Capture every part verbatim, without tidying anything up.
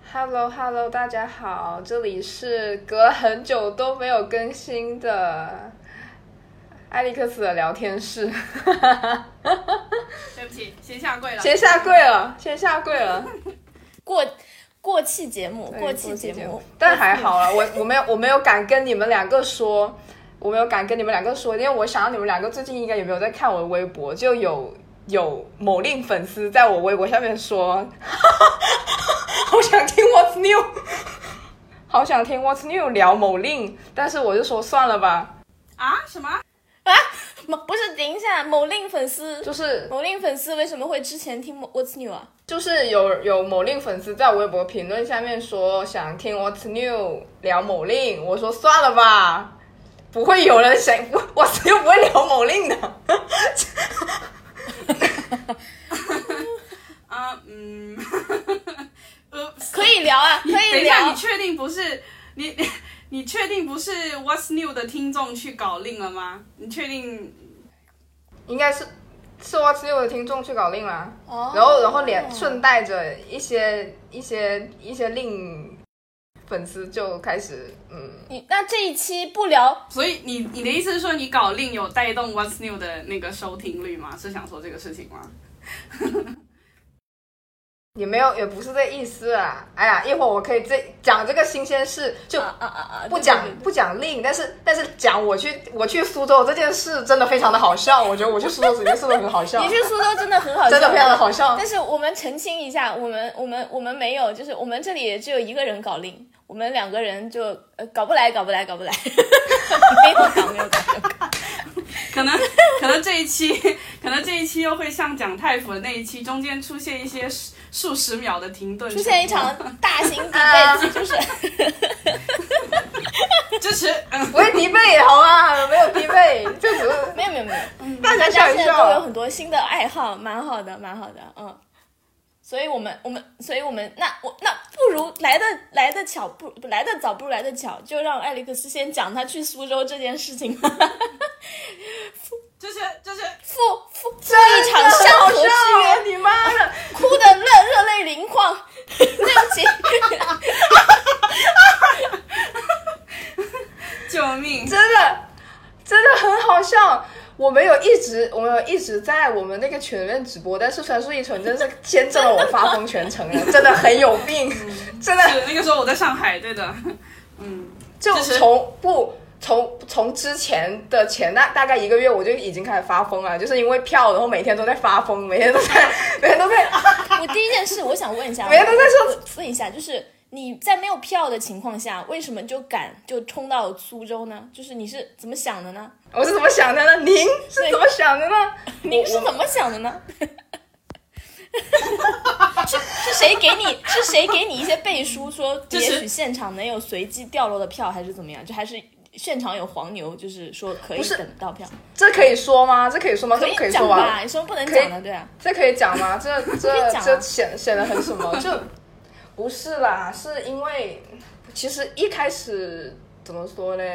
Hello Hello， 大家好，这里是隔了很久都没有更新的艾利克斯的聊天室。 对不起，先下跪了， 先下跪了，先下跪了。 过过气节目，过气节目， 但还好了，我我没有我没有敢跟你们两个说，我没有敢跟你们两个说，因为我想到你们两个最近应该也没有在看我的微博，就有有某令粉丝在我微博下面说，好想听 What's New， 好想听 What's New 聊某令，但是我就说算了吧。 啊？什么？ 啊？不是，等一下，某令粉丝就是某令粉丝为什么会之前听 What's New 啊？ 就是有有某令粉丝在微博评论下面说想听 What's New 聊某令，我说算了吧，不会有人想不 What's New 不会聊某令的。 啊嗯， 可以聊啊，可以聊。 等一下，你确定不是你你你确定不是 What's New 的听众去搞令了吗？你确定？ 应该是是 What's New 的听众去搞令啦， 哦、 然后然后连顺带着一些一些一些令粉丝就开始嗯， 你那这一期不聊， 所以你你的意思是说你搞令有带动 What's New 的那个收听率吗？是想说这个事情吗？ 也没有，也不是这意思啊。哎呀，一会儿我可以这讲这个新鲜事，就啊啊啊不讲、 对对对对不讲令，但是但是讲我去我去苏州这件事真的非常的好笑，我觉得我去苏州这件事都很好笑。 你去苏州真的很好笑， 真的非常的好笑。 但是我们澄清一下，我们我们我们没有，就是我们这里只有一个人搞令，我们两个人就呃搞不来，搞不来，搞不来，没有搞，没有搞，没有搞。 可能可能这一期可能这一期又会像讲太府的那一期，中间出现一些数十秒的停顿， 出现一场大型 debate， 就是支持，嗯， 不会敌背好吗？没有敌背，就只是没有没有没有，嗯， 大家大笑一笑家现在都有很多新的爱好，蛮好的，蛮好的，嗯。所以我们我们所以我们那我那不如来的来的巧，不来的早不如来的巧，就让艾利克斯先讲他去苏州这件事情。 就是就是赴赴赴一场山河之约， 你妈的， 哭得热热泪盈眶。对不起， 救命！ 真的真的很好笑。我没有一直，我没有一直在我们那个群里面直播，但是传说一纯真是见证了我发疯全程了，真的很有病， 嗯、 真的。 是那个时候我在上海，对的，嗯， 就从不从从之前的前大大概一个月，我就已经开始发疯了，就是因为票，然后每天都在发疯，每天都在，每天都在。 我第一件事，我想问一下， 每天都在说， 问一下，就是你在没有票的情况下，为什么就敢就冲到苏州呢？就是你是怎么想的呢？ 我是怎么想的呢？您是怎么想的呢？ 您是怎么想的呢？是是谁给你是谁给你一些背书说也许现场能有随机掉落的票，还是怎么样？就还是现场有黄牛，就是说可以等到票？ 这可以说吗？这可以说吗？ 可以这不可以说吧？ 有什么不能讲的？对啊， 这可以讲吗？这这讲、啊、 这显显得很什么？就不是啦，是因为其实一开始怎么说呢？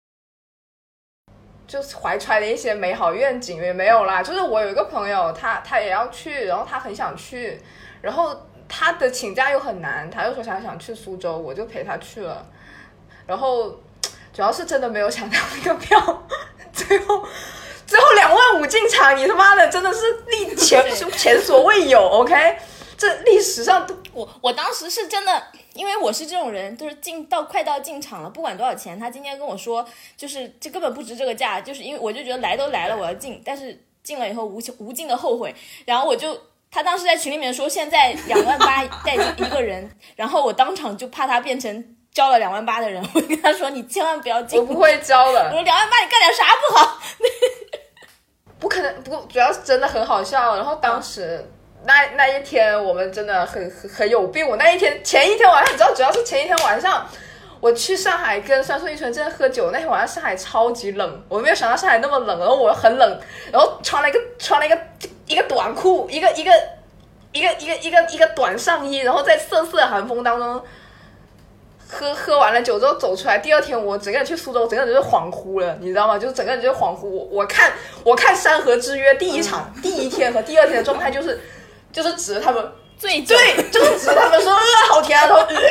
就是怀揣的一些美好愿景也没有啦，就是我有一个朋友，他他也要去，然后他很想去，然后他的请假又很难，他又说想想去苏州，我就陪他去了，然后主要是真的没有抢到那个票，最后最后两万五进场，你他妈的真的是历前前所未有 ，OK， 这历史上都我我当时是真的。因为我是这种人，就是进到快到进场了，不管多少钱，他今天跟我说，就是这根本不值这个价，就是因为我就觉得来都来了，我要进，但是进了以后无无尽的后悔，然后我就他当时在群里面说现在两万八带进一个人，然后我当场就怕他变成交了两万八的人，我跟他说你千万不要进， 我不会交的， 我说两万八你干点啥不好？ 不可能，不过主要是真的很好笑，然后当时。嗯那那一天我们真的很很很有病。我那一天前一天晚上，你知道，主要是前一天晚上我去上海跟酸酸一纯真的喝酒，那天晚上上海超级冷，我没有想到上海那么冷，然后我很冷，然后穿了一个穿了一个一个短裤，一个一个一个一个一个一个短上衣，然后在瑟瑟寒风当中喝喝完了酒之后走出来，第二天我整个人去苏州，整个人就是恍惚了，你知道吗？就是整个人就是恍惚。我我看我看《山河之约》第一场、嗯、第一天和第二天的状态就是。就是指着他们醉酒， 对，就是指着他们说，呃，好甜啊，然后、呃、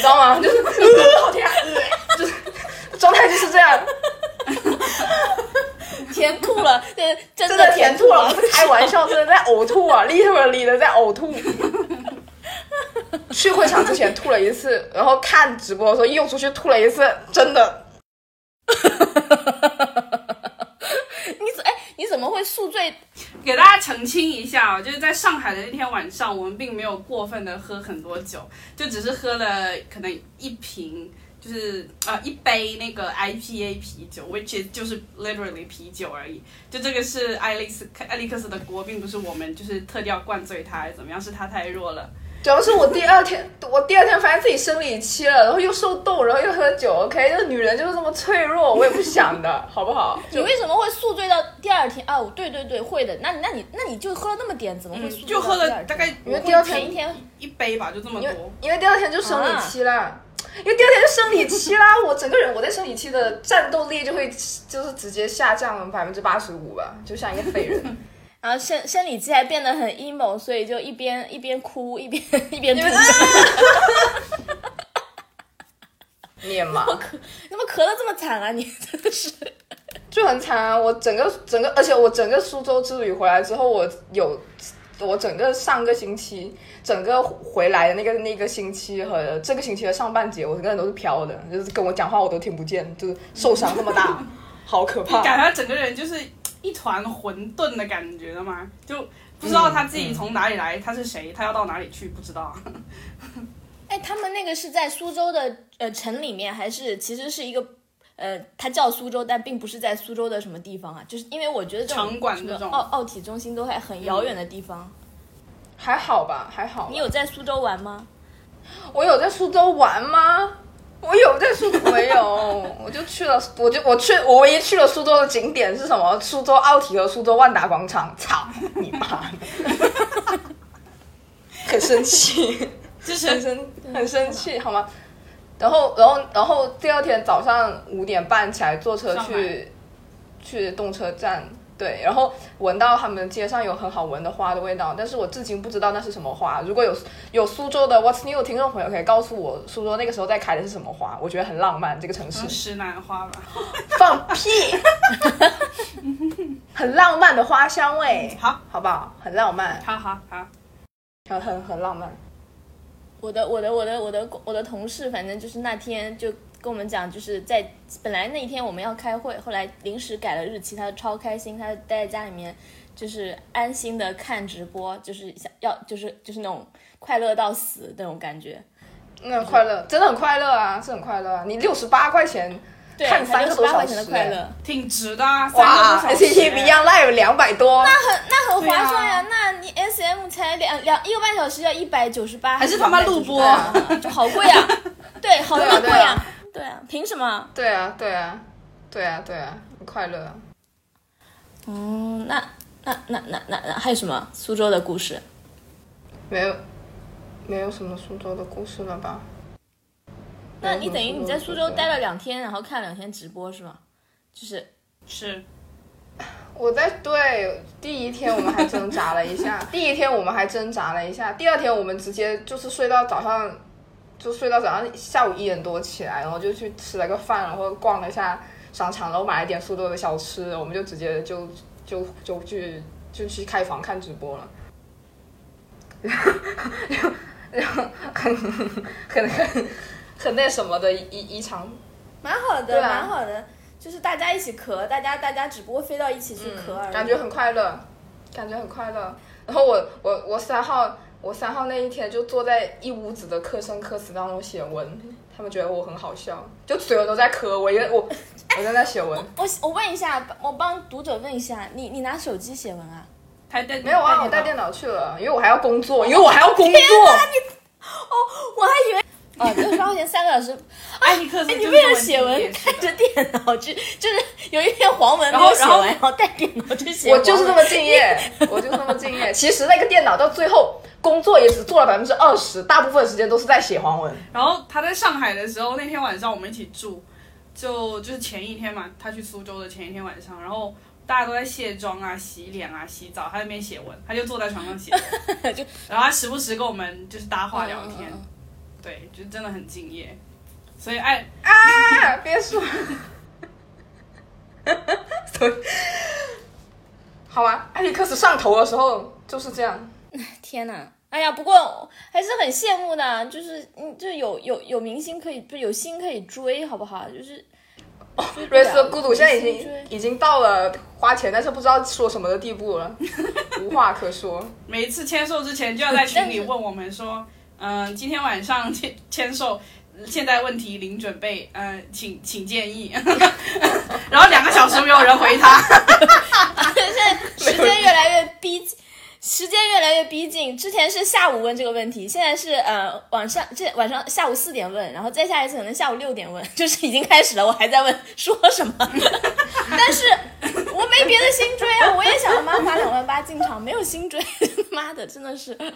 知道吗？就是好甜，就是状态就是这样。 甜吐了，对，真真的甜吐了， 了， 不是开玩笑，真的在呕吐啊 ，literally 的在呕吐。去会场之前吐了一次，然后看直播的时候又出去吐了一次，真的。 你怎哎，你怎么会宿醉？ 给大家澄清一下啊，就是在上海的那天晚上，我们并没有过分的喝很多酒，就只是喝了可能一瓶。就是呃一杯那个 I P A 啤酒 ，which is 就是 literally 啤酒而已。就这个是艾利斯艾利克斯的锅，并不是我们就是特地要灌醉他还是怎么样，是他太弱了。 主要是我第二天，我第二天发现自己生理期了，然后又受冻，然后又喝酒。OK， 这个女人就是这么脆弱，我也不想的，好不好？ 你为什么会宿醉到第二天啊？对对对，会的。那你那你那你就喝了那么点，怎么会宿醉嗯、就喝了大概因为第二天前一天一杯吧，就这么多。 因为因为第二天就生理期啦。啊因为第二天就生理期啦，我整个人我在生理期的战斗力就会就是直接下降百分之八十五吧，就像一个废人。 然后生生理期还变得很 emo， 所以就一边一边哭一边一边吐。 你也嘛？ 怎么咳得这么惨啊？你真的是就很惨啊！我整个整个，而且我整个苏州之旅回来之后，我有。我整个上个星期，整个回来的那个那个星期和这个星期的上半节，我整个人都是飘的，就是跟我讲话我都听不见，就是受伤那么大，好可怕！ 感觉他整个人就是一团混沌的感觉的嘛，就不知道他自己从哪里来，嗯、他是谁，他要到哪里去，不知道。 哎，他们那个是在苏州的呃城里面，还是其实是一个？呃，它叫苏州，但并不是在苏州的什么地方啊？就是因为我觉得这种场馆这种奥奥体中心都还很遥远的地方、嗯， 还好吧，还好吧。 你有在苏州玩吗？ 我有在苏州玩吗？我有在苏州没有？我就去了，我就我去，我唯一去了苏州的景点是什么？苏州奥体和苏州万达广场。操你妈！很生气， 就是很生很生气，好吗？然后，然后，然后第二天早上五点半起来坐车去去动车站，对，然后闻到他们街上有很好闻的花的味道，但是我至今不知道那是什么花。如果有有苏州的 What's New 听众朋友可以告诉我，苏州那个时候在开的是什么花？我觉得很浪漫，这个城市。 石楠花吧？ 放屁！很浪漫的花香味， 好， 好不好？很浪漫， 好好好， 很很很浪漫。 我的我的我的我的我的同事，反正就是那天就跟我们讲，就是在本来那一天我们要开会，后来临时改了日期，他超开心，他待在家里面就是安心的看直播，就是想要就是就是那种快乐到死那种感觉。 那很快乐，真的很快乐啊，是很快乐啊！你六十八块钱看三个多小时， 的快乐挺值的啊！ 哇 ，S T Beyond Live 两百多， 那很那很划算呀！那你 S M 才两两一个半小时要一百九十八， 还是他妈录播， 就好贵啊！对，好贵贵啊！对啊，凭什么？ 对啊，对啊，对啊，对啊，很快乐。 嗯，那那那那那那还有什么苏州的故事？ 没有，没有什么苏州的故事了吧？ 那你等于你在苏州待了两天，然后看两天直播是吗？就是是。 我在对第一天我们还挣扎了一下，第一天我们还挣扎了一下，第二天我们直接就是睡到早上，就睡到早上下午一点多起来，然后就去吃了个饭，然后逛了一下商场，然后买了点苏州的小吃，我们就直接就就就去就去开房看直播了。然后很很很很那什么的一一场， 蛮好的， 啊、 蛮好的，就是大家一起咳，大家大家只不过飞到一起去咳而已、 嗯，感觉很快乐，感觉很快乐。然后我我我三号我三号那一天就坐在一屋子的课生课时当中写文，他们觉得我很好笑，就所有人都在咳，我一个我我在那写文。 我我问一下，我帮读者问一下，你你拿手机写文啊？ 没有啊，我带电脑去了，因为我还要工作，因为我还要工作。 哦，我还以为哦，六十八块钱三个小时， 艾利克斯， 你为了写文开着电脑去，就是有一篇黄文没有写完，然后带电脑去写。 我就是这么敬业，我就是这么敬业。其实那个电脑到最后工作也只做了百分之二十，大部分时间都是在写黄文。 然后他在上海的时候，那天晚上我们一起住，就就是前一天嘛，他去苏州的前一天晚上，然后。大家都在卸妆啊、洗脸啊、洗澡，他在那边写文，他就坐在床上写文，就然后他时不时跟我们就是搭话聊天，嗯嗯嗯对， 业，就真的很敬业。所以艾啊，别说，所以好吧，艾利克斯上头的时候就是这样。 天哪！哎呀，不过还是很羡慕的，就是嗯，就有有有明星可以，就有星可以追，好不好？就是瑞斯的孤独现在已经已经到了花钱但是不知道说什么的地步了，无话可说。 每一次签售之前就要在群里问我们说，嗯、呃，今天晚上签签售，现在问题零准备，呃，请请建议。然后两个小时没有人回他。 现在时间越来越逼近。时间越来越逼近，之前是下午问这个问题，现在是呃晚上这晚上下午四点问，然后再下一次可能下午六点问，就是已经开始了，我还在问说什么，但是我没别的心追啊，我也想要妈花两万八进场，没有心追，妈的真的是，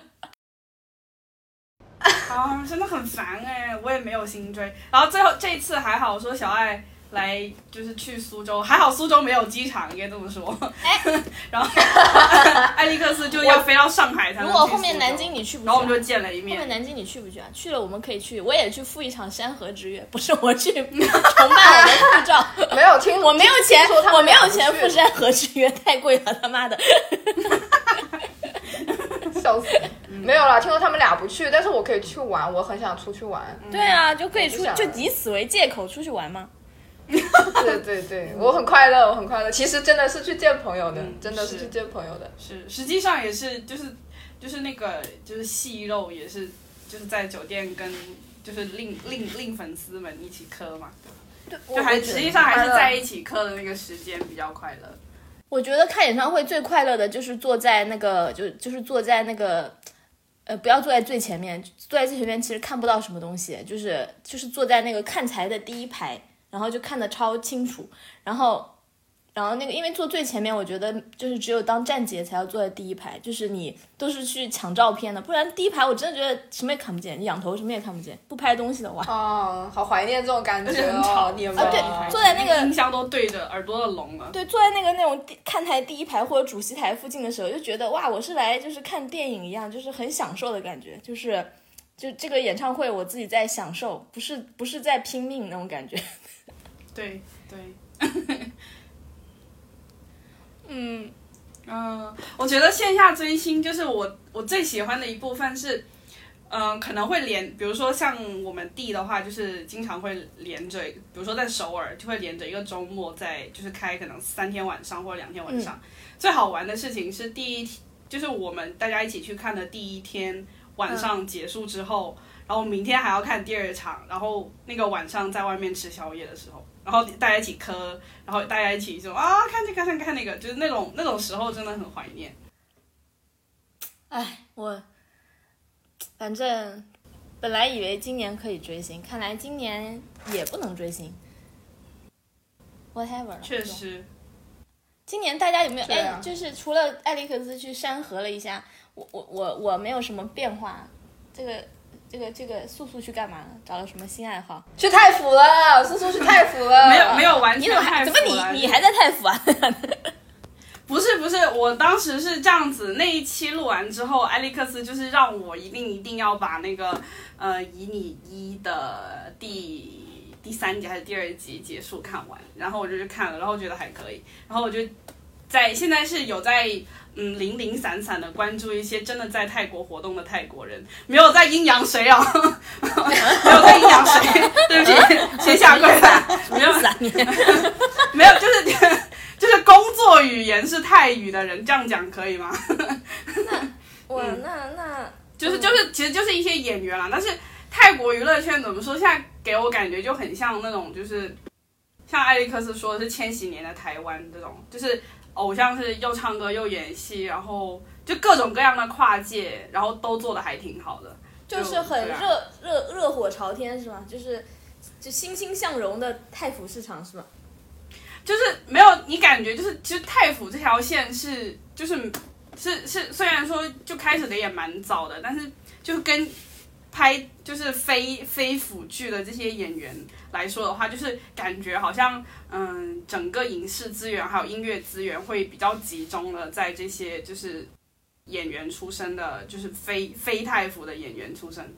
啊，真的很烦哎，我也没有心追，然后最后这一次还好说小爱。来就是去苏州，还好苏州没有机场，应该这么说。哎，然后艾利克斯就要飞到上海才能去苏州。 如果后面南京你去不去、啊？ 然后我们就见了一面。 后面南京你去不去啊？去了我们可以去，我也去赴一场山河之约，不是我去崇拜我的护照。 没有听， 我没有钱，我没有钱赴山河之约，太贵了，他妈的。 笑死！没有啦，听说他们俩不去，但是我可以去玩，我很想出去玩。 对啊，就可以出，就以此为借口出去玩吗？ 对对对，我很快乐，我很快乐。其实真的是去见朋友的，嗯、真的是去见朋友的。 是，实际上也是，就是就是那个就是戏肉也是，就是在酒店跟就是令令令粉丝们一起磕嘛，对吧？就还实际上还是在一起磕的那个时间比较快乐。 我觉得看演唱会最快乐的就是坐在那个，就就是坐在那个。呃，不要坐在最前面，坐在最前面其实看不到什么东西，就是就是坐在那个看台的第一排。然后就看得超清楚，然后，然后那个因为坐最前面，我觉得就是只有当站姐才要坐在第一排，就是你都是去抢照片的，不然第一排我真的觉得什么也看不见，仰头什么也看不见，不拍东西的话。 哦，好怀念这种感觉哦， 你有没有？ 啊，对，坐在那个音箱都对着耳朵的聋了。 对，坐在那个那种看台第一排或者主席台附近的时候，就觉得哇，我是来就是看电影一样，就是很享受的感觉，就是。就这个演唱会，我自己在享受，不是不是在拼命那种感觉。 对对， 嗯嗯、呃，我觉得线下追星就是我我最喜欢的一部分是，嗯、呃，可能会连，比如说像我们弟的话，就是经常会连着，比如说在首尔就会连着一个周末在，就是开可能三天晚上或者两天晚上。嗯、最好玩的事情是第一，就是我们大家一起去看的第一天晚上结束之后。嗯，然后明天还要看第二场，然后那个晚上在外面吃宵夜的时候，然后大家一起磕，然后大家一起说啊看这个看看那个，就是那种那种时候真的很怀念。 哎，我反正本来以为今年可以追星，看来今年也不能追星。whatever。 确实。 今年大家有没有哎、 啊， 就是除了艾利克斯去山河了一下，我我我我没有什么变化，这个。这个这个素素去干嘛了？找了什么新爱好？ 去太府了，素素去太府了。 没有没有完全太府了。 怎么你你还在太府啊？ 不是不是，我当时是这样子，那一期录完之后，艾利克斯就是让我一定一定要把那个呃以你一的第第三集还是第二集结束看完，然后我就去看了，然后觉得还可以，然后我就在现在是有在。嗯，零零散散的关注一些真的在泰国活动的泰国人，没有在阴阳谁啊，没有在阴阳谁，对不起，先下跪了，没有三年， 没有，就是就是工作语言是泰语的人，这样讲可以吗？ 那我那那就是就是其实就是一些演员啦，但是泰国娱乐圈怎么说？现在给我感觉就很像那种，就是像艾利克斯说的是千禧年的台湾这种，就是。偶像是又唱歌又演戏，然后就各种各样的跨界，然后都做的还挺好的， 就是很热热热火朝天是吗？就是就欣欣向荣的泰府市场是吗？ 就是没有你感觉就是其实泰府这条线是就是是是虽然说就开始的也蛮早的，但是就跟拍就是非非腐剧的这些演员来说的话，就是感觉好像嗯，整个影视资源还有音乐资源会比较集中的在这些就是演员出身的，就是非非泰服的演员出身，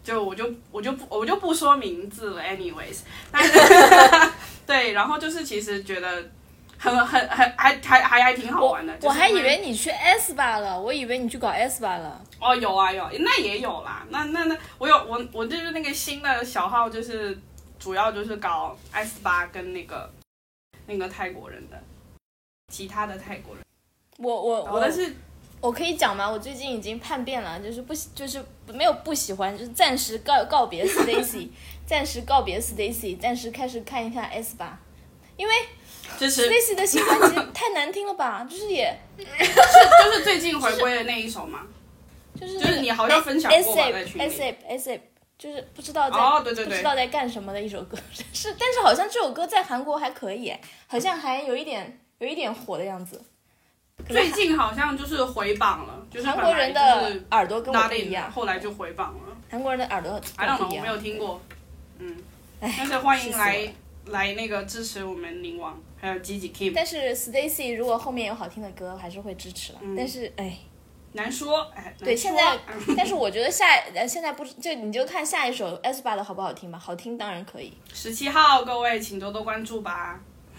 就我就我就不我就不说名字了 ，anyways， 但是对，然后就是其实觉得很很很还还还还挺好玩的。 我, 我还以为你去 S 吧了，我以为你去搞 S 吧了。 哦，有啊有，那也有啦。那那那我有我我就是那个新的小号，就是主要就是搞 S 八跟那个那个泰国人的，其他的泰国人。 我我我的是。 我可以讲吗？我最近已经叛变了，就是不就是没有不喜欢，就是暂时告告别 Stacy， 暂时告别 Stacy， 暂时开始看一下 S 吧，因为 Stacy 的新专辑太难听了吧，就是也是就是最近回归的那一首嘛， 就是、 那個、就是你好像分享过吧在群里 ，S A S A 就是不知道在哦对对对不知道在干什么的一首歌，是但是好像这首歌在韩国还可以，好像还有一点有一点火的样子。 最近好像就是回榜了，就是韩国人的耳朵跟我不一样， 后来就回榜了。 韩国人的耳朵 ，I don't know，我没有听过，嗯，但是欢迎来来那个支持我们宁王，还有吉吉 Kim。 但是 Stacy 如果后面有好听的歌，还是会支持了。嗯、但是哎， 难说，哎， 对，现在，但是我觉得下呃现在不就你就看下一首 S 八的好不好听吧，好听当然可以。 十七号，各位请多多关注吧。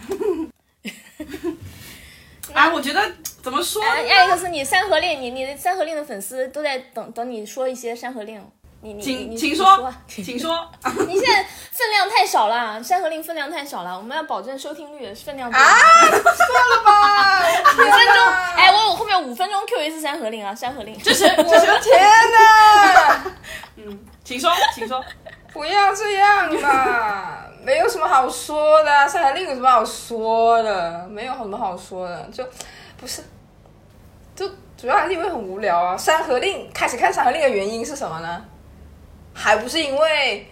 啊，我觉得怎么说呢？ 艾利克斯，你山河令，你你的山河令的粉丝都在等等你说一些山河令，你你你请请说， 说请说。 你现在分量太少了，山河令分量太少了，我们要保证收听率，分量多。 啊，算了吧， 五分钟，哎，我我后面五分钟 Q 一次山河令啊，山河令， 支持， 我的天哪！ 嗯，请说，请说。 不要这样嘛，没有什么好说的、啊，山河令有什么好说的？没有什么好说的，就不是，就主要还是因为很无聊啊。山河令开始看山河令的原因是什么呢？还不是因为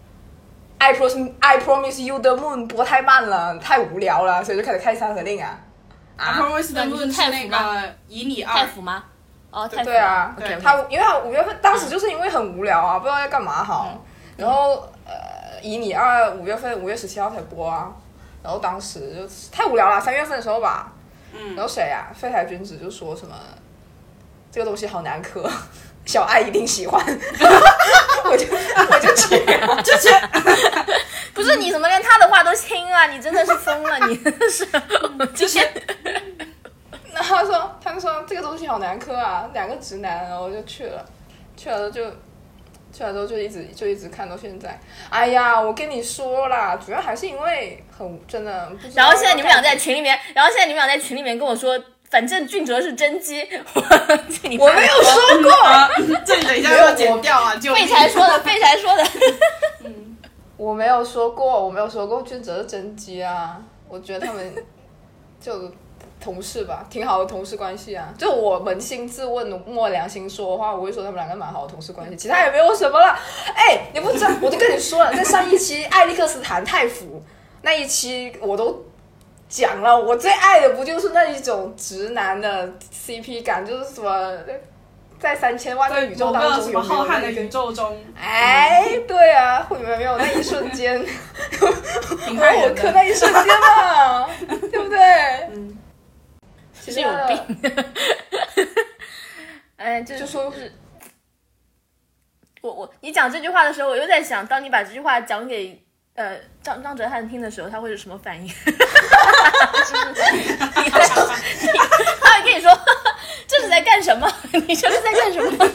I promise I promise you the moon 播太慢了，太无聊了，所以就开始看山河令啊。 啊 I promise the moon 是那个以你二太府吗？哦，太府对啊， 对， 他因为他五月份当时就是因为很无聊啊，不知道在干嘛好。嗯然后呃，以你二五月份五月十七号才播啊，然后当时就太无聊了，三月份的时候吧，嗯，然后谁啊，废柴君子就说什么这个东西好难磕，小爱一定喜欢，我就我就去就去， 不是你怎么连他的话都听啊？你真的是疯了，你真的是， 就去。 那他说他就说这个东西好难磕啊，两个直男，然后我就去了，去了就。去了之后就一直就一直看到现在，哎呀，我跟你说啦，主要还是因为很真的不知道。 然后现在你们俩在群里面，然后现在你们俩在群里面跟我说，反正俊哲是真鸡，我我没有说过， 啊、这你等一下要剪掉啊！就废柴说的，废柴说的。 嗯，我没有说过，我没有说过俊哲是真鸡啊，我觉得他们就。同事吧，挺好的同事关系啊。就我扪心自问，摸良心说的话，我会说他们两个蛮好的同事关系，其他也没有什么了。哎，你不知道，我就跟你说了，在上一期艾利克斯谈太府那一期，我都讲了，我最爱的不就是那一种直男的 C P 感，就是什么在三千万个宇宙当中有没有那个宇宙中？ 哎，对啊，会有没有那一瞬间？ 挺害人的。 我磕那一瞬间嘛，对不对？嗯。 其实有病，哎，就就说是， 我我你讲这句话的时候，我又在想，当你把这句话讲给呃张张哲瀚听的时候，他会是什么反应？他会跟你说这是在干什么？你这是在干什么？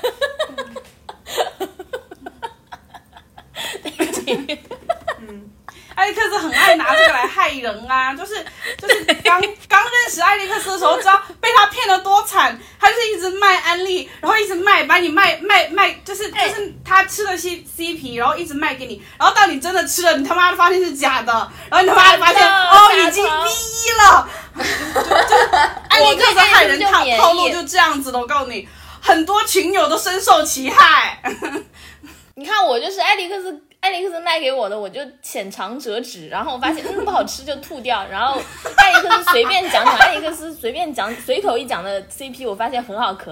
嗯。艾利克斯很爱拿这个来害人啊，就是就是刚刚认识艾利克斯的时候，知道被他骗得多惨，他就是一直卖安利，然后一直卖，把你卖卖卖，就是就是他吃了 C C P， 然后一直卖给你，然后到你真的吃了，你他妈的发现是假的，然后你他妈的发现哦已经 B 一了，就就艾利克斯害人套套路就这样子的，我告诉你，很多群友都深受其害。 你看我就是艾利克斯。艾利克斯卖给我的，我就浅尝辄止，然后我发现嗯不好吃就吐掉，然后艾利克斯随便讲讲，艾利克斯随便讲随口一讲的 C P， 我发现很好磕。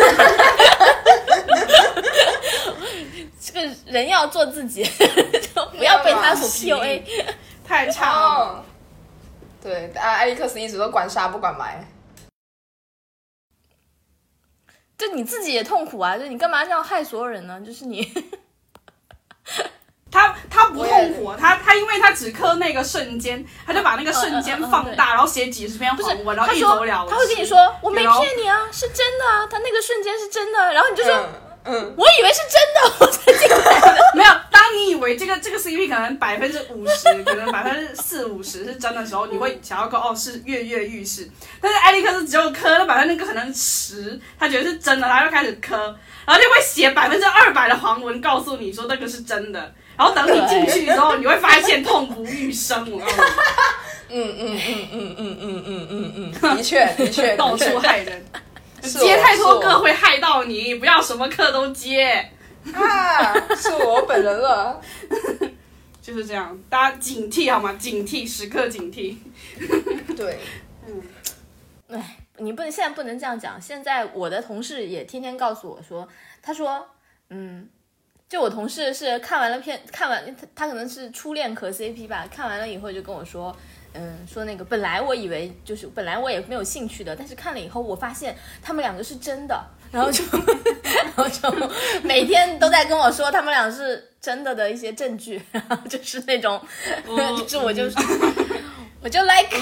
这个人要做自己，就不要被他所 P U A， 太差了。 哦、对，艾艾利克斯一直都管杀不管埋。 就你自己也痛苦啊，就你干嘛这样害所有人呢？就是你。 他因为他只磕那个瞬间，他就把那个瞬间放大，然后写几十篇黄文，然后一走了之。 他会跟你说我没骗你啊，是真的啊，他那个瞬间是真的，然后你就说。嗯嗯， 我以为是真的，我才进来的。 没有，当你以为这个这个 C P 可能百分之五十，可能百分之四五十是真的时候，你会想要说哦是跃跃欲试。但是艾利克是只有磕了百分之那个可能十，他觉得是真的，他就开始磕，然后就会写百分之二百的黄文告诉你说那个是真的。然后等你进去之后，你会发现痛不欲生。我告诉你， 嗯嗯嗯嗯嗯嗯嗯嗯嗯，的确的确， 到处害人。接太多课会害到你，不要什么课都接啊！是我本人了， 就是这样，大家警惕好吗？警惕，时刻警惕。 对， 嗯， 哎，你不能现在不能这样讲。现在我的同事也天天告诉我说，他说，嗯，就我同事是看完了片，看完他他可能是初恋磕 C P 吧，看完了以后就跟我说。嗯，说那个本来我以为就是本来我也没有兴趣的，但是看了以后我发现他们两个是真的，然后就然后就每天都在跟我说他们俩是真的的一些证据，然后就是那种，哦、就是我就是、嗯、我就 like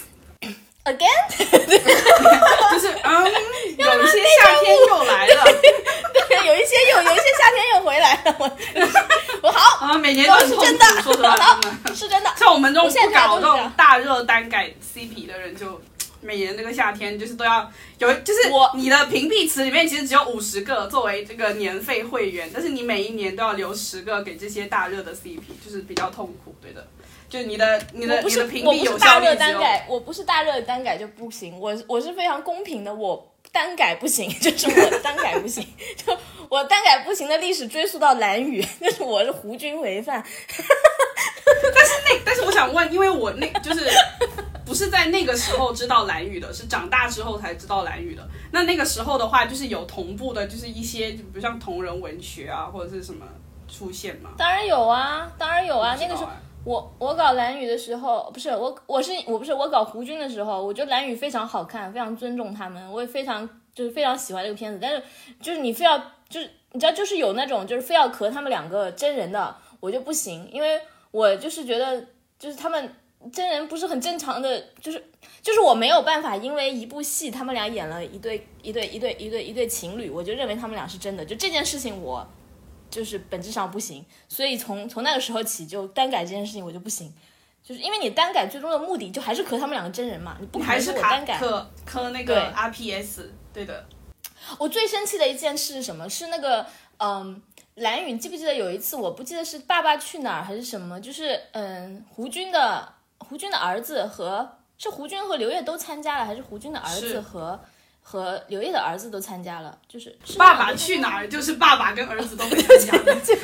again， 就是嗯，有一些夏天又来了， 对，有一些有有一些夏天又回来了，我我好啊，每年都是真的， 说实话好是真的。 像我们这种不搞这种大热单改 C P 的人，就每年这个夏天就是都要有，就是你的屏蔽词里面其实只有五十个作为这个年费会员，但是你每一年都要留十个给这些大热的 C P， 就是比较痛苦，对的。就是你的你的你的屏蔽有效率只有。我不是大热单改， 我不是大热单改就不行，我我是非常公平的，我单改不行，就是我单改不行，就我单改不行的历史追溯到蓝宇，就是我是胡军违犯。 但是那但是我想问，因为我那就是不是在那个时候知道蓝宇的，是长大之后才知道蓝宇的。那那个时候的话，就是有同步的，就是一些比如像同人文学啊，或者是什么出现吗？ 当然有啊，当然有啊。那个时候我我搞蓝宇的时候，不是我我是我不是我搞胡军的时候，我觉得蓝宇非常好看，非常尊重他们，我也非常就是非常喜欢这个片子。但是就是你非要就是你知道就是有那种就是非要磕他们两个真人的，我就不行，因为我就是觉得就是他们真人不是很正常的，就是就是我没有办法因为一部戏他们俩演了一对一对一对一对一对情侣，我就认为他们俩是真的，就这件事情我就是本质上不行，所以从从那个时候起就单改这件事情我就不行，就是因为你单改最终的目的就还是磕他们两个真人嘛，你不可能是我单改磕磕那个 R P S， 对的。 我最生气的一件事是什么？是那个嗯。蓝宇，记不记得有一次，我不记得是《爸爸去哪儿》还是什么，就是嗯，胡军的胡军的儿子和是胡军和刘烨都参加了，还是胡军的儿子和和刘烨的儿子都参加了？就是《 爸爸去哪儿》，就是爸爸跟儿子都会参加的， 就是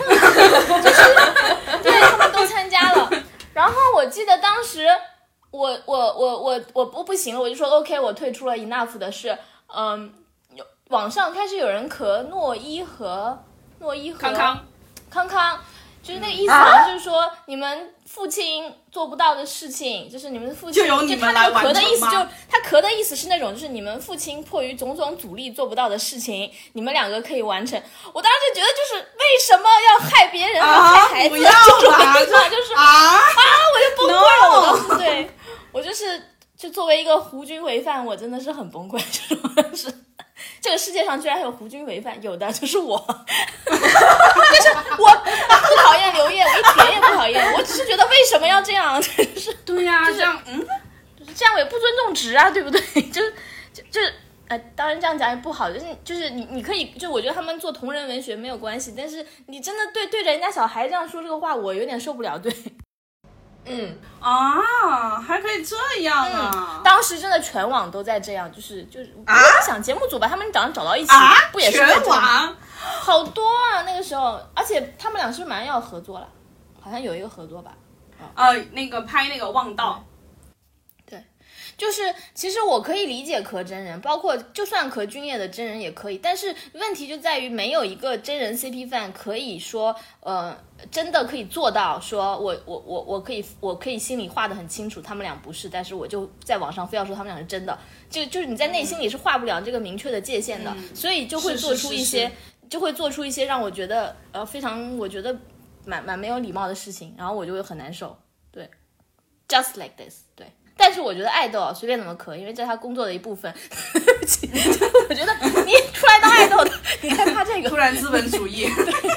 对他们都参加了。然后我记得当时我我我我我不不行了，我就说 OK， 我退出了 Enough 的是，嗯，网上开始有人磕诺一和。诺一和康康， 康康，就是那个意思，好像就是说、啊、你们父亲做不到的事情，就是你们父亲就由你们来完成吗？ 就他那个壳的意思就，他壳的意思是那种，就是你们父亲迫于种种阻力做不到的事情，你们两个可以完成。我当时就觉得，就是为什么要害别人， 啊、 害孩子？ 不要吧， 就是啊啊，我就崩溃了。 No! 我当时对我就是，就作为一个胡军违犯，我真的是很崩溃，就是我是。这个世界上居然还有胡军违犯，有的就是我。但是我不讨厌刘烨，我一点也不讨厌，我只是觉得为什么要这样？就是对呀、啊， 就是、 这样，嗯， 就是这样也不尊重职啊，对不对？就是就就是呃，当然这样讲也不好，就是就是你你可以，就我觉得他们做同人文学没有关系，但是你真的对对着人家小孩这样说这个话，我有点受不了，对。 嗯啊，还可以这样啊、 嗯！当时真的全网都在这样，就是就是， 啊、 我想节目组把他们早上找到一起， 啊、 不也是全网好多啊？那个时候，而且他们俩是蛮要合作了，好像有一个合作吧？ 呃，那个拍那个望道。 对，就是其实我可以理解磕真人，包括就算磕君夜的真人也可以，但是问题就在于没有一个真人 C P 范可以说，呃。真的可以做到说我我我我可以我可以心里画得很清楚他们俩不是，但是我就在网上非要说他们俩是真的，就就是你在内心里是画不了这个明确的界限的、嗯、所以就会做出一些是是是是就会做出一些让我觉得呃非常我觉得蛮蛮没有礼貌的事情，然后我就会很难受。对 ，just like this， 对。但是我觉得爱豆随便怎么可以，因为这是他工作的一部分。对不起，我觉得你出来当爱豆的，你看他这个突然资本主义。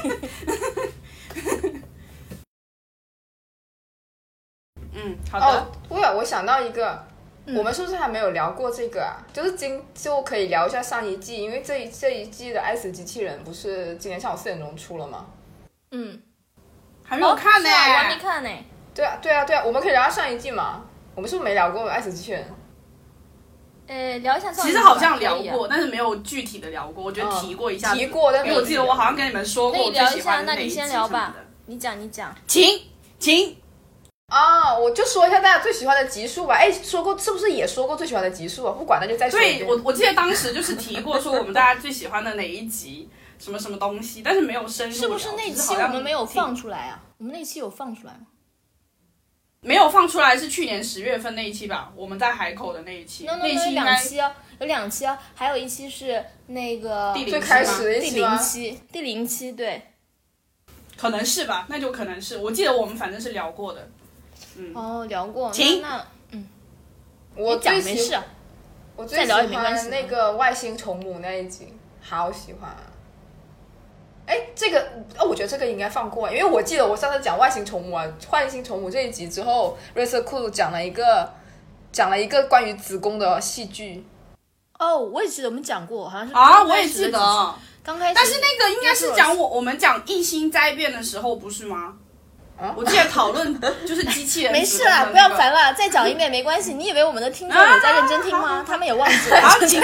嗯，好的。 哦，对了，我想到一个， 嗯、 我们是不是还没有聊过这个啊？就是今就可以聊一下上一季，因为这一这一季的《爱死机器人》不是今天下午四点钟出了吗？ 嗯， 还没有看呢、 哦啊，我还没看呢。 对啊，对啊，对啊，我们可以聊下上一季嘛？我们是不是没聊过《爱死机器人》？ 呃，聊一下上一季吧。 其实好像聊过， 啊、 但是没有具体的聊过。我觉得提过一下、 嗯，提过，但因为我记得我好像跟你们说过我最喜欢的那你先聊吧。你讲，你讲， 请请。 啊，我就说一下大家最喜欢的集数吧。哎，说过是不是也说过最喜欢的集数啊？不管，那就再说一遍。 对，我我记得当时就是提过说我们大家最喜欢的哪一集，什么什么东西，但是没有深入聊。 是不是那期我们没有放出来啊？我们那期有放出来吗？ 没有放出来，是去年十月份那一期吧？我们在海口的那一期。 no, no, no, 那一期有两期啊，有两期啊，还有一期是那个最开始的一期吗？第零期，第零期，对。 可能是吧，那就可能是。我记得我们反正是聊过的。嗯， 哦，聊过。 请那嗯， 我讲没事， 我最喜欢那个外星虫母那一集，好喜欢、啊。哎，这个哦，我觉得这个应该放过，因为我记得我上次讲外星虫母啊，外星虫母这一集之后，瑞瑟库讲了一个讲了一个关于子宫的戏剧。 哦，我也记得我们讲过，好像是啊，我也记得刚开始， 但是那个应该是讲我我们讲异星灾变的时候，不是吗？我记得讨论就是机器人、那個。 没事啦，不要烦了，再讲一遍没关系。你以为我们的听众有在认真听吗？啊、他们也忘记了。 好，请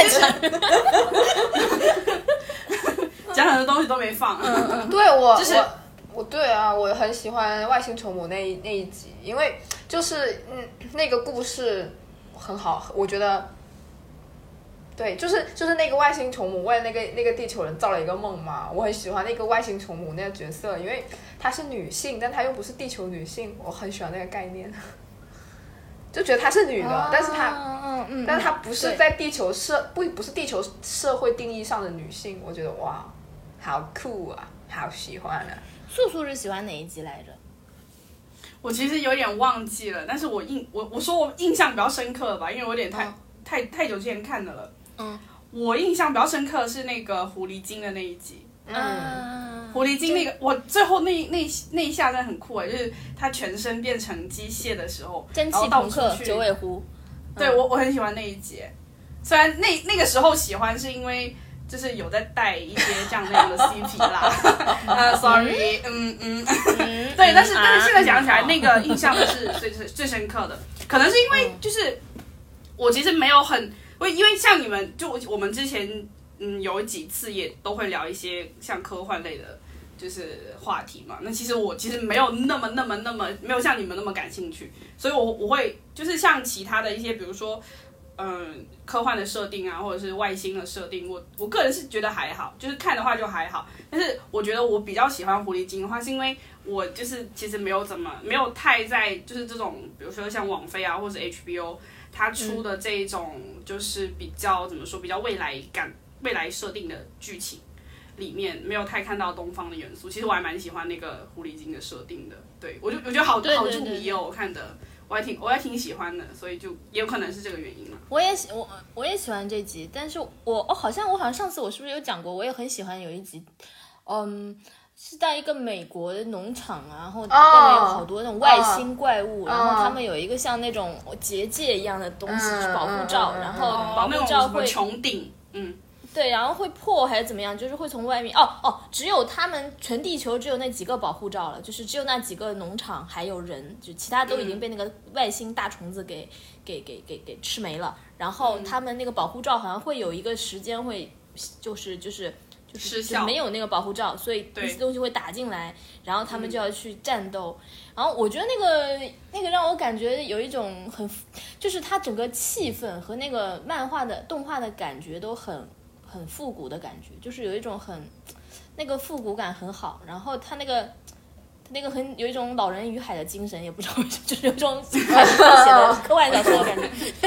讲很多东西都没放。 嗯嗯，对我， 就是我，我对啊，我很喜欢外星虫母那一那一集，因为就是嗯那个故事很好，我觉得。对，就是就是那个外星虫母为那个那个地球人造了一个梦嘛，我很喜欢那个外星虫母那个角色，因为她是女性，但她又不是地球女性，我很喜欢那个概念，就觉得她是女的， 哦、 但是她， 嗯嗯， 但是她不是在地球社不不是地球社会定义上的女性，我觉得哇，好酷啊，好喜欢啊。 素素是喜欢哪一集来着？ 我其实有点忘记了，但是我印我我说我印象比较深刻吧，因为我有点太、哦、太太久之前看的了。嗯，我印象比较深刻的是那个狐狸精的那一集。 嗯， 狐狸精那个，我最后那那那一下真的很酷哎，就是他全身变成机械的时候， 蒸汽朋克九尾狐。 对、嗯、我我很喜欢那一集，虽然那那个时候喜欢是因为就是有在带一些这样那样的 C P 啦。呃 ，sorry， 嗯嗯，嗯对，但是、啊、但是现在想起来，那个印象是最最深刻的，可能是因为就是我其实没有很。因为像你们，就我们之前嗯有几次也都会聊一些像科幻类的，就是话题嘛。那其实我其实没有那么那么那么没有像你们那么感兴趣，所以我我会就是像其他的一些，比如说嗯科幻的设定啊，或者是外星的设定，我我个人是觉得还好，就是看的话就还好。但是我觉得我比较喜欢狐狸精的话，是因为我就是其实没有怎么没有太在就是这种，比如说像网飞啊，或者 H B O。他出的这一种就是比较怎么说，比较未来感、未来设定的剧情里面，没有太看到东方的元素。其实我还蛮喜欢那个狐狸精的设定的，对我就我觉得好对对对好注意哦，我看的我还挺我还挺喜欢的，所以就也有可能是这个原因嘛。 我也喜我我也喜欢这集，但是我哦好像我好像上次我是不是有讲过，我也很喜欢有一集，嗯。是在一个美国的农场啊，然后那边有好多那种外星怪物， oh, 然后他们有一个像那种结界一样的东西，是保护罩， um, 然后保护罩会穹顶，嗯， 对，然后会破还是怎么样，就是会从外面，哦哦，只有他们全地球只有那几个保护罩了，就是只有那几个农场还有人，就其他都已经被那个外星大虫子给、嗯、给给给给吃没了，然后他们那个保护罩好像会有一个时间会，就是就是。就是就没有那个保护罩，所以那些东西会打进来，然后他们就要去战斗。嗯、然后我觉得那个那个让我感觉有一种很，就是它整个气氛和那个漫画的动画的感觉都很很复古的感觉，就是有一种很那个复古感很好。然后它那个那个很有一种老人与海的精神，也不知道为什么，就是有一种写的科幻小说的感觉，就那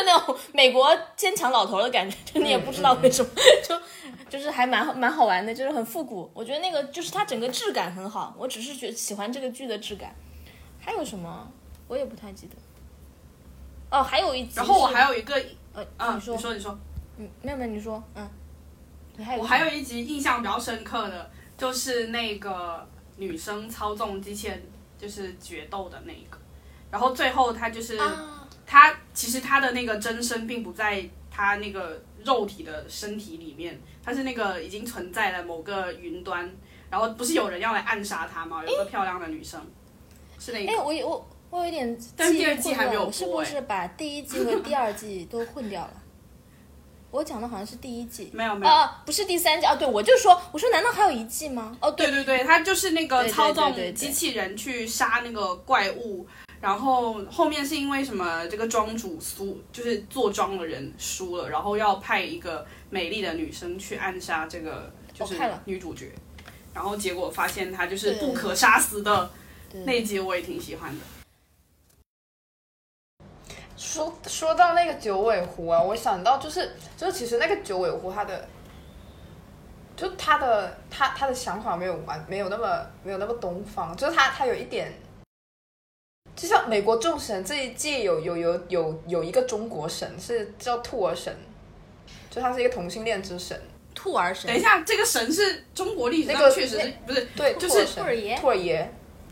那种美国坚强老头的感觉，就你也不知道为什么，嗯嗯、就就是还蛮蛮好玩的，就是很复古。我觉得那个就是它整个质感很好，我只是觉得喜欢这个剧的质感。还有什么？我也不太记得。哦，还有一集。 然后我还有一个， 呃， 啊， 你说， 你说，你说， 嗯，没有没有，你说，嗯。你还有我还有一集印象比较深刻的，就是那个女生操纵机器人，就是决斗的那一个。然后最后她就是，啊、她其实她的那个真身并不在她那个肉体的身体里面，她是那个已经存在了某个云端。然后不是有人要来暗杀她吗？有个漂亮的女生，是那个。 哎，我我我有一点， 但第二季还没有播， 我是不是把第一季和第二季都混掉了？我讲的好像是第一季， 没有没有啊，不是第三季啊。对，我就说，我说难道还有一季吗？哦， 对对对，他就是那个操纵机器人去杀那个怪物，然后后面是因为什么这个庄主输，就是做庄的人输了，然后要派一个美丽的女生去暗杀这个就是女主角，然后结果发现她就是不可杀死的，那一集我也挺喜欢的。 说说到那个九尾狐啊，我想到就是就是其实那个九尾狐它的，就他的他他的想法没有完没有那么没有那么东方，就是他他有一点，就像美国众神这一季有有有有有一个中国神是叫兔儿神，就他是一个同性恋之神。 兔儿神。 等一下，这个神是中国历史上确实是、那个、不是对， 就是兔儿爷。 兔儿爷。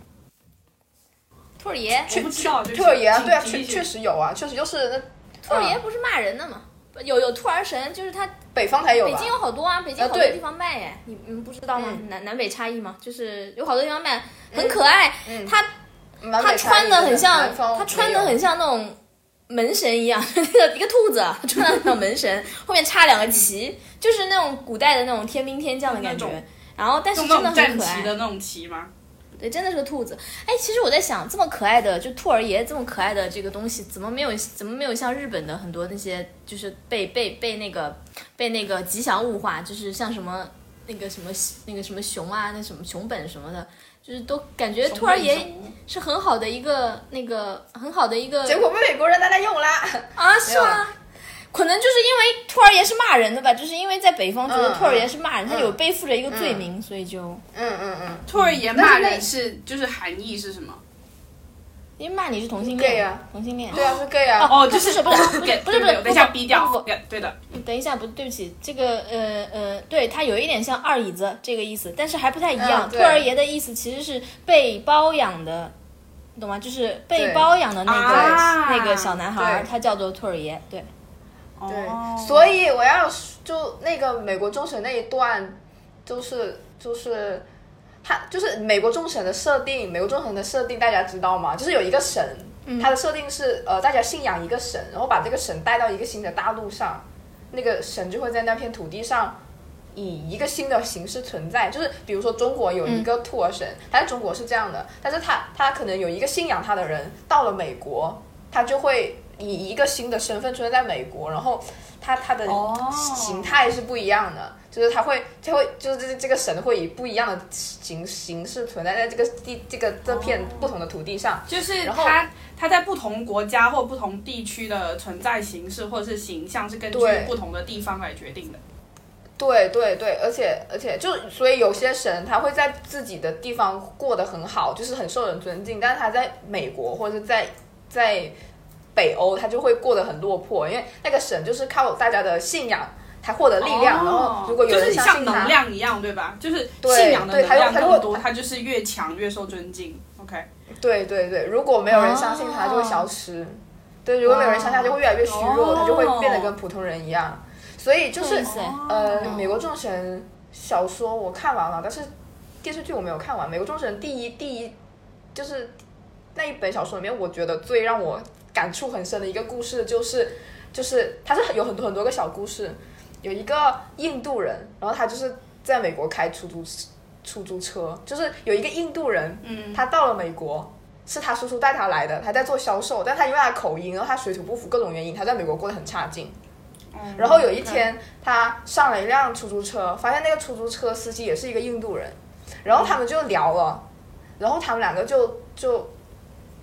兔儿爷， 我不知道。 兔儿爷啊，对啊，确确实有啊，确实就是那。 兔儿爷不是骂人的吗？有有兔儿神，就是他北方才有吧。 北京有好多啊，北京好多地方卖哎，你你们不知道吗？ 嗯、 南南北差异吗？就是有好多地方卖，很可爱。 嗯、 他他穿的很像，他穿的很像那种门神一样，那个一个兔子，他穿的很像门神，后面插两个旗，嗯、就是那种古代的那种天兵天将的感觉。然后但是真的很可爱。 战旗的那种旗吗？ 对，真的是个兔子。哎，其实我在想，这么可爱的就兔儿爷这么可爱的这个东西，怎么没有怎么没有像日本的很多那些就是被被被那个被那个吉祥物化，就是像什么那个什么那个什么熊啊，那什么熊本什么的，就是都感觉兔儿爷是很好的一个那个很好的一个。 结果被美国人拿来用啦。 啊，是吗？可能就是因为兔儿爷是骂人的吧，就是因为在北方觉得兔儿爷是骂人，嗯、他有背负着一个罪名， 嗯、 所以就嗯嗯嗯， 兔儿爷骂人是就是含义是什么？ 因为骂你是同性恋 gay 啊， 同性恋， 对啊，是 gay 啊。 哦，就是不是不是不是不是不是， 等一下逼掉，不对的。 等一下，不对不起，这个呃呃，对，它有一点像二椅子这个意思，但是还不太一样。兔儿爷的意思其实是被包养的，你懂吗？就是被包养的那个那个小男孩，他叫做兔儿爷，对。 对，所以我要就那个美国众神那一段，就是就是他就是美国众神的设定，美国众神的设定大家知道吗？就是有一个神，嗯、他的设定是呃大家信仰一个神，然后把这个神带到一个新的大陆上，那个神就会在那片土地上以一个新的形式存在。就是比如说中国有一个兔儿神，嗯、他在中国是这样的，但是他他可能有一个信仰他的人到了美国，他就会以一个新的身份出现在美国，然后他他的形态是不一样的， oh. 就是他会就会就是这这个神会以不一样的形形式存在在这个地这个这片不同的土地上， oh. 就是他他在不同国家或不同地区的存在形式或者是形象是根据不同的地方来决定的。 对对对，而且而且就所以有些神他会在自己的地方过得很好，就是很受人尊敬，但是他在美国或者是在在北欧他就会过得很落魄，因为那个神就是靠大家的信仰才获得力量， oh, 然后如果有人相信他， 就是像能量一样，对吧？就是信仰的能量更多，他就是越强越受尊敬。OK， 对对对，如果没有人相信他， oh. 就会消失。对，如果没有人相信他，就会越来越虚弱， oh. 他就会变得跟普通人一样。所以就是、oh. 呃，美国众神小说我看完了，但是电视剧我没有看完。美国众神第一第一就是那一本小说里面，我觉得最让我感触很深的一个故事，就是就是它是有很多很多个小故事。有一个印度人，然后他就是在美国开出租出租车，就是有一个印度人，嗯，他到了美国，是他叔叔带他来的，他在做销售，但他因为他口音，然后他水土不服各种原因，他在美国过得很差劲。嗯、然后有一天，他上了一辆出租车，发现那个出租车司机也是一个印度人，然后他们就聊了，然后他们两个就就。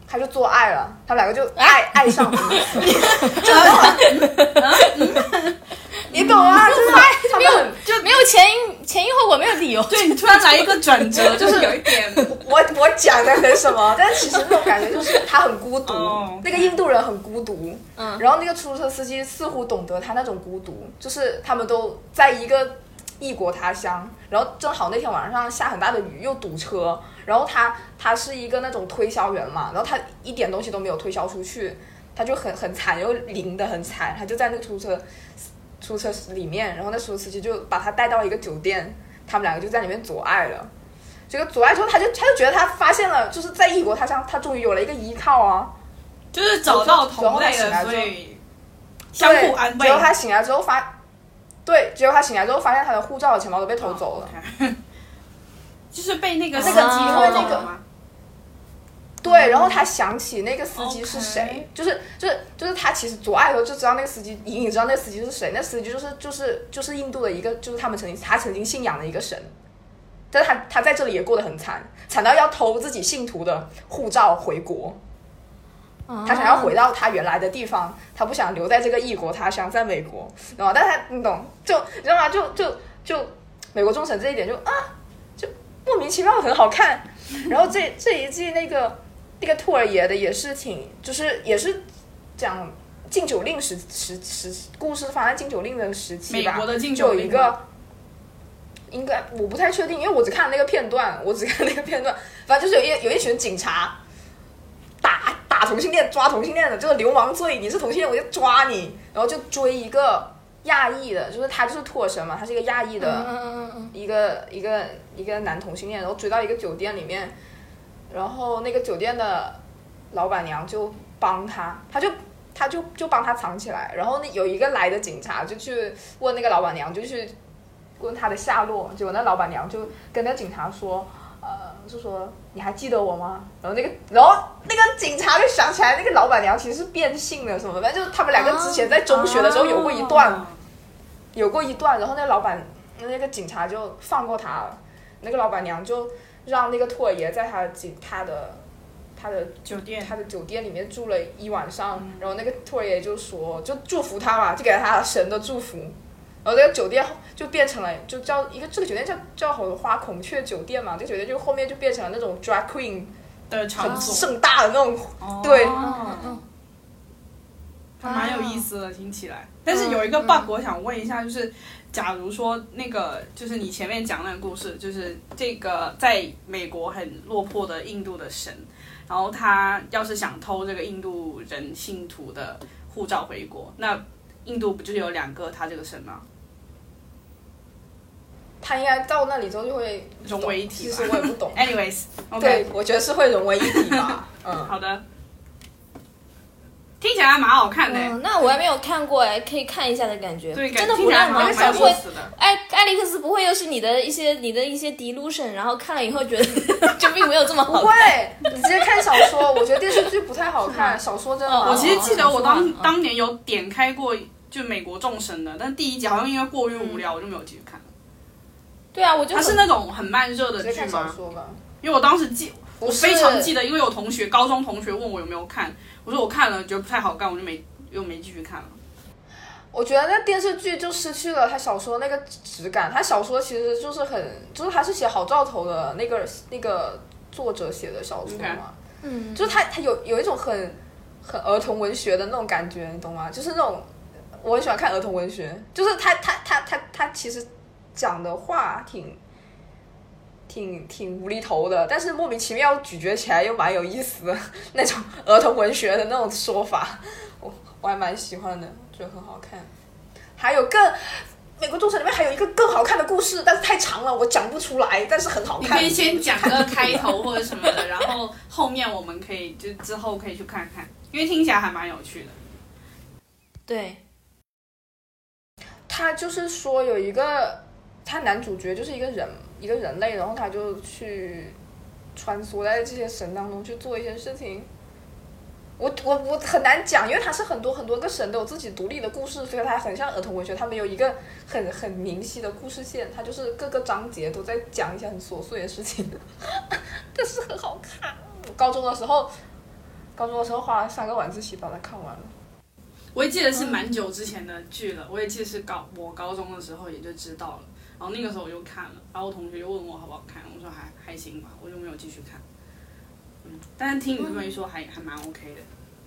他就做爱了，他们两个就爱、啊、爱上彼此，就你懂啊？就是他们很就没有前因前因后果，没有理由。 对，你突然来一个转折，就是有一点我我讲的很什么，但是其实那种感觉就是他很孤独， 哦、 那个印度人很孤独， 嗯， 然后那个出租车司机似乎懂得他那种孤独，就是他们都在一个异国他乡，然后正好那天晚上下很大的雨，又堵车，然后他他是一个那种推销员嘛，然后他一点东西都没有推销出去，他就很很惨，又淋得很惨，他就在那个出租车出租车里面，然后那出租车司机就把他带到一个酒店，他们两个就在里面做爱了。这个做爱之后，他就他就觉得他发现了，就是在异国他乡，他终于有了一个依靠啊， 就是找到同类的，所以相互安慰。 结果他醒来之后发。对，结果他醒来之后发现他的护照和钱包都被偷走了， oh, okay. 就是被那个司机偷走了吗？ 对，然后他想起那个司机是谁， okay. 就是就是就是他其实做爱的时候就知道那个司机，隐隐知道那个司机是谁，那司机就是就是就是印度的一个，就是他们曾经他曾经信仰的一个神，但是他他在这里也过得很惨，惨到要偷自己信徒的护照回国。他想要回到他原来的地方，他不想留在这个异国他乡，在美国，懂吗？但是他你懂，就你知道吗？就就就美国众神这一点就啊，就莫名其妙很好看。然后这这一季那个那个兔儿爷的也是挺，就是也是讲禁酒令时时时故事发生在禁酒令的时期吧， 美国的禁酒令就有一个。应该我不太确定，因为我只看了那个片段，我只看那个片段，反正就是有一有一群警察。打打同性恋，抓同性恋的，这个流氓罪，你是同性恋我就抓你，然后就追一个亚裔的，就是他就是兔儿神嘛，他是一个亚裔的， 嗯嗯嗯一个一个一个男同性恋，然后追到一个酒店里面，然后那个酒店的老板娘就帮他，他就他就就帮他藏起来，然后那有一个来的警察就去问那个老板娘，就去问他的下落，结果那老板娘就跟那个警察说。呃，就说你还记得我吗？然后那个，然后那个警察就想起来，那个老板娘其实是变性的什么的，反正就是他们两个之前在中学的时候有过一段，啊、有过一段，然后那个老板那个警察就放过他了，那个老板娘就让那个兔儿爷在他的他的他的酒店他的酒店里面住了一晚上， 嗯、 然后那个兔儿爷就说就祝福他嘛，就给了他神的祝福。然后这个酒店就变成了，就叫一个这个酒店叫叫花孔雀酒店嘛，这个酒店就后面就变成了那种 drag queen 的场所，很盛大的那种， 哦、 对， 嗯还蛮有意思的，听起来。但是有一个 bug 我想问一下，就是假如说那个就是你前面讲那个故事，就是这个在美国很落魄的印度的神，然后他要是想偷这个印度人信徒的护照回国，那印度不就是有两个他这个神吗？ 他应该到那里之后就会融为一体吧。 其实我也不懂。 Anyways，okay. 对，我觉得是会融为一体吧。嗯， 好的。听起来还蛮好看的、 嗯。那我还没有看过哎，可以看一下的感觉。 对， 真的不烂吗？ 蛮不会， 哎， 艾利克斯不会又是你的一些你的一些 delusion， 然后看了以后觉得就并没有这么好看。 不会，你直接看小说。我觉得电视剧不太好看，小说真的、哦。 我其实记得我当、哦、当年有点开过就美国众神的，但第一集好像因为过于无聊，嗯、我就没有继续看了。 对啊，我就它是那种很慢热的剧吗？因为我当时记，我非常记得，因为有同学高中同学问我有没有看，我说我看了，觉得不太好看，我就没又没继续看了。 我觉得那电视剧就失去了他小说那个质感，他小说其实就是很，就是他是写好兆头的那个那个作者写的小说嘛， okay. 嗯， 就是他他有有一种很很儿童文学的那种感觉，你懂吗？就是那种我很喜欢看儿童文学，就是他他他他他其实讲的话挺挺挺无厘头的，但是莫名其妙咀嚼起来又蛮有意思的那种儿童文学的那种说法，我我还蛮喜欢的，觉得很好看。还有更美国众神里面还有一个更好看的故事，但是太长了，我讲不出来，但是很好看。 你可以先讲个开头或者什么的，然后后面我们可以就之后可以去看看，因为听起来还蛮有趣的。 对， 他就是说有一个，他男主角就是一个人，一个人类，然后他就去穿梭在这些神当中去做一些事情。我我我很难讲，因为它是很多很多个神都有自己独立的故事，所以它很像儿童文学，它没有一个很很明晰的故事线，它就是各个章节都在讲一些很琐碎的事情，但是很好看。我高中的时候， 高中的时候花了三个晚自习把它看完了。 我也记得是蛮久之前的剧了，我也记得是高我高中的时候也就知道了，然后那个时候我就看了，然后我同学就问我好不好看，我说还还行吧，我就没有继续看。嗯，但是听你这么一说还还蛮 OK 的。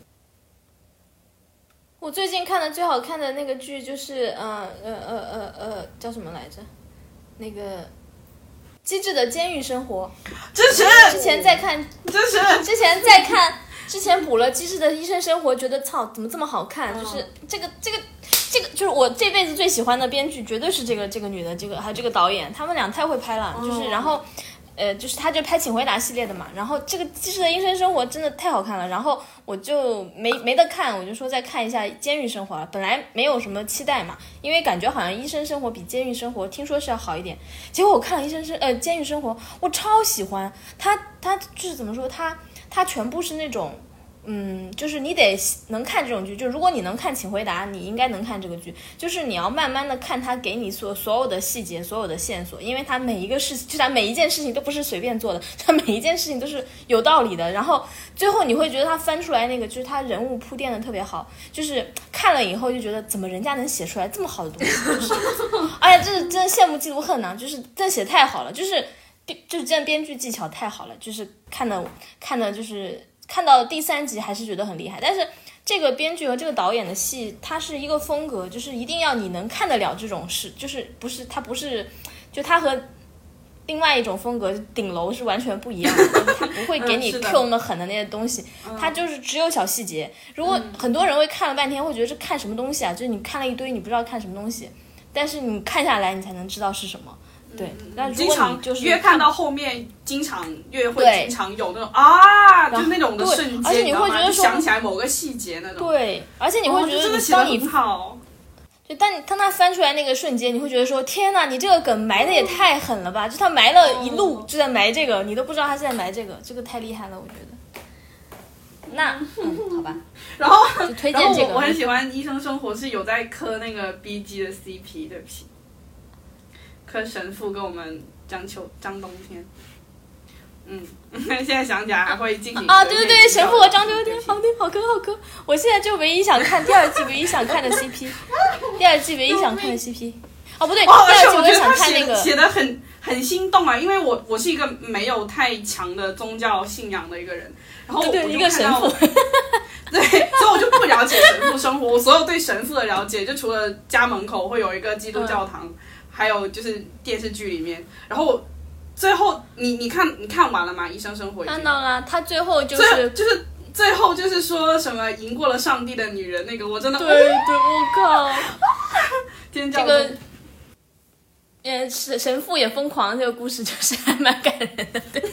我最近看的最好看的那个剧就是呃呃呃呃呃叫什么来着？那个《机智的监狱生活》。 支持。 之前在看， 支持。 之前在看。之前补了《机智的医生生活》，觉得操怎么这么好看？就是这个这个这个，就是我这辈子最喜欢的编剧，绝对是这个这个女的，这个还有这个导演，他们俩太会拍了。就是然后，呃，就是他就拍《请回答》系列的嘛。然后这个《机智的医生生活》真的太好看了，然后我就没没得看，我就说再看一下《监狱生活》。本来没有什么期待嘛，因为感觉好像《医生生活》比《监狱生活》听说是要好一点。结果我看了《医生生呃监狱生活》，我超喜欢他，他就是怎么说他。它全部是那种，嗯，就是你得能看这种剧，就如果你能看《请回答》，你应该能看这个剧。就是你要慢慢的看它给你所所有的细节、所有的线索，因为它每一个事情，就它每一件事情都不是随便做的，它每一件事情都是有道理的。然后最后你会觉得它翻出来那个，就是它人物铺垫的特别好，就是看了以后就觉得怎么人家能写出来这么好的东西，就是，哎呀，这是真羡慕嫉妒恨呐、啊，就是真写太好了，就是。就是这样，编剧技巧太好了，就是看的看的，就是看到第三集还是觉得很厉害。但是这个编剧和这个导演的戏，它是一个风格，就是一定要你能看得了这种事，就是不是它不是，就它和另外一种风格顶楼是完全不一样的，就是它不会给你 Q 那么狠的那些东西，嗯、它就是只有小细节。如果很多人会看了半天，会觉得是看什么东西啊？就是你看了一堆，你不知道看什么东西，但是你看下来，你才能知道是什么。对，那如果你就是越看到后面，经常越会经常有那种啊，就那种的瞬间， 而且你会觉得说想起来某个细节那种。 对，而且你会觉得你当你好， 就当你当他翻出来那个瞬间，你会觉得说天哪，你这个梗埋的也太狠了吧！就他埋了一路就在埋这个，你都不知道他是在埋这个，这个太厉害了，我觉得。那嗯，好吧。 然后就推荐这个， 我很喜欢《医生生活》，是有在磕那个 B G 的 C P， 对不起。柯神父跟我们张秋张冬天，嗯，现在想起来还会进行啊，对对对，神父和张秋天，好的，好磕好磕。我现在就唯一想看第二季唯一想看的 C P， 第二季唯一想看的 C P。哦，不对， 哦、 第二季我也想看那个， 写的很很心动啊，因为我我是一个没有太强的宗教信仰的一个人，然后我就看到对对一个神父。 对，所以我就不了解神父生活。我所有对神父的了解，就除了家门口会有一个基督教堂。嗯，还有就是电视剧里面，然后最后你你看你看完了吗？《医生生活》 看到了，他最后就是就是最后就是说什么赢过了上帝的女人，那个我真的对对，我靠， 尖叫！ 这个呃神神父也疯狂，这个故事就是还蛮感人的，对。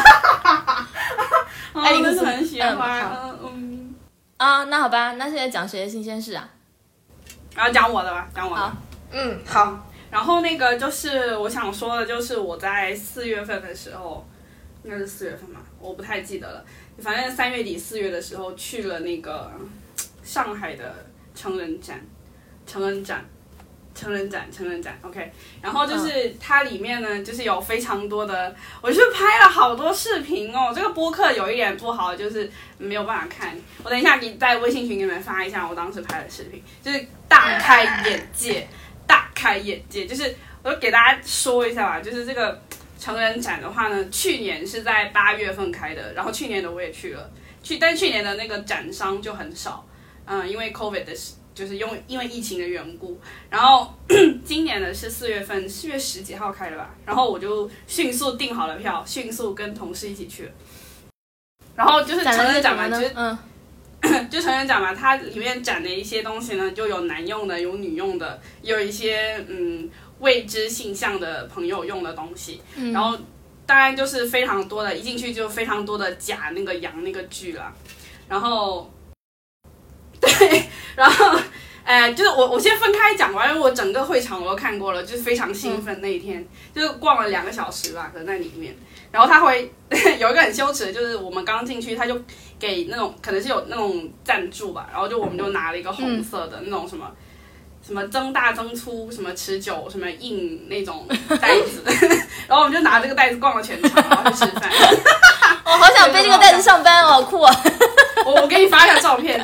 爱丽丝很喜欢， 嗯嗯啊，那好吧，那现在讲谁的新鲜事啊？ 然后讲我的吧，讲我的。 好，嗯，好。 然后那个就是我想说的，就是我在四月份的时候，应该是四月份吧，我不太记得了。反正三月底四月的时候去了那个上海的成人展，成人展，成人展，成人展 ，OK。然后就是它里面呢，就是有非常多的，我就拍了好多视频哦。这个播客有一点不好，就是没有办法看。我等一下给在微信群里面发一下我当时拍的视频，就是大开眼界。大开眼界，就是我就给大家说一下吧，就是这个成人展的话呢，去年是在八月份开的，然后去年的我也去了，去但去年的那个展商就很少，嗯，因为 COVID 的，就是因为因为疫情的缘故，然后今年的是四月份，四月十几号开的吧，然后我就迅速订好了票，迅速跟同事一起去了，然后就是成人展嘛，就是嗯。就成人展嘛，它里面展的一些东西呢，就有男用的，有女用的，也有一些嗯未知性向的朋友用的东西。嗯、然后当然就是非常多的，一进去就非常多的假那个洋那个剧了。然后对，然后呃，就是我我先分开讲吧，因为我整个会场我都看过了，就是非常兴奋那一天，嗯、就是逛了两个小时吧，可能在里面。然后他会有一个很羞耻的，就是我们刚进去，他就给那种可能是有那种赞助吧，然后就我们就拿了一个红色的那种什么、嗯、什么增大增粗什么持久什么硬那种袋子，然后我们就拿这个袋子逛了全场，然后去吃饭。 我好想背这个袋子上班哦，好酷啊！ 我我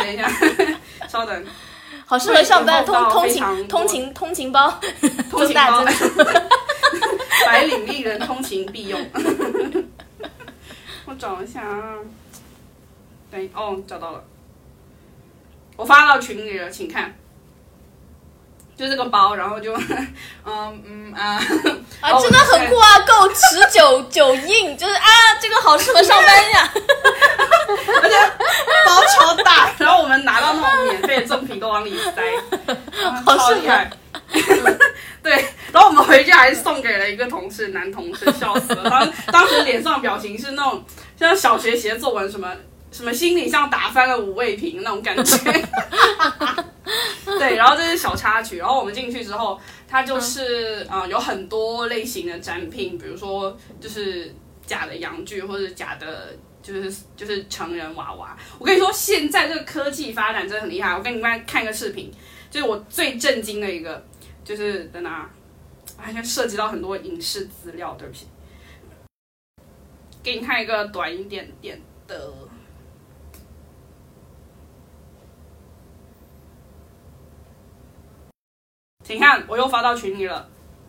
等一下，稍等。 好适合上班，通通非常勤通勤通勤包， 通勤包，白领丽人通勤必用。我找一下啊，等哦，找到了，我发到群里了，请看。就这个包，然后就，嗯嗯啊， 啊，真的很酷啊，够持久久硬，就是啊，这个好适合上班呀。 而且包超大，然后我们拿到那种免费的赠品都往里塞， 好超厉害。对，然后我们回去还送给了一个同事，男同事，笑死了。当当时脸上表情是那种像小学写作文什么什么心里像打翻了五味瓶那种感觉。对，然后这是小插曲。然后我们进去之后，它就是呃有很多类型的展品，比如说就是假的洋具或者假的。就是就是成人娃娃，我跟你说，现在这个科技发展真的很厉害。我跟你们看一个视频，就是我最震惊的一个，就是等等啊，好像涉及到很多影视资料，对不起。给你看一个短一点点的，请看，我又发到群里了，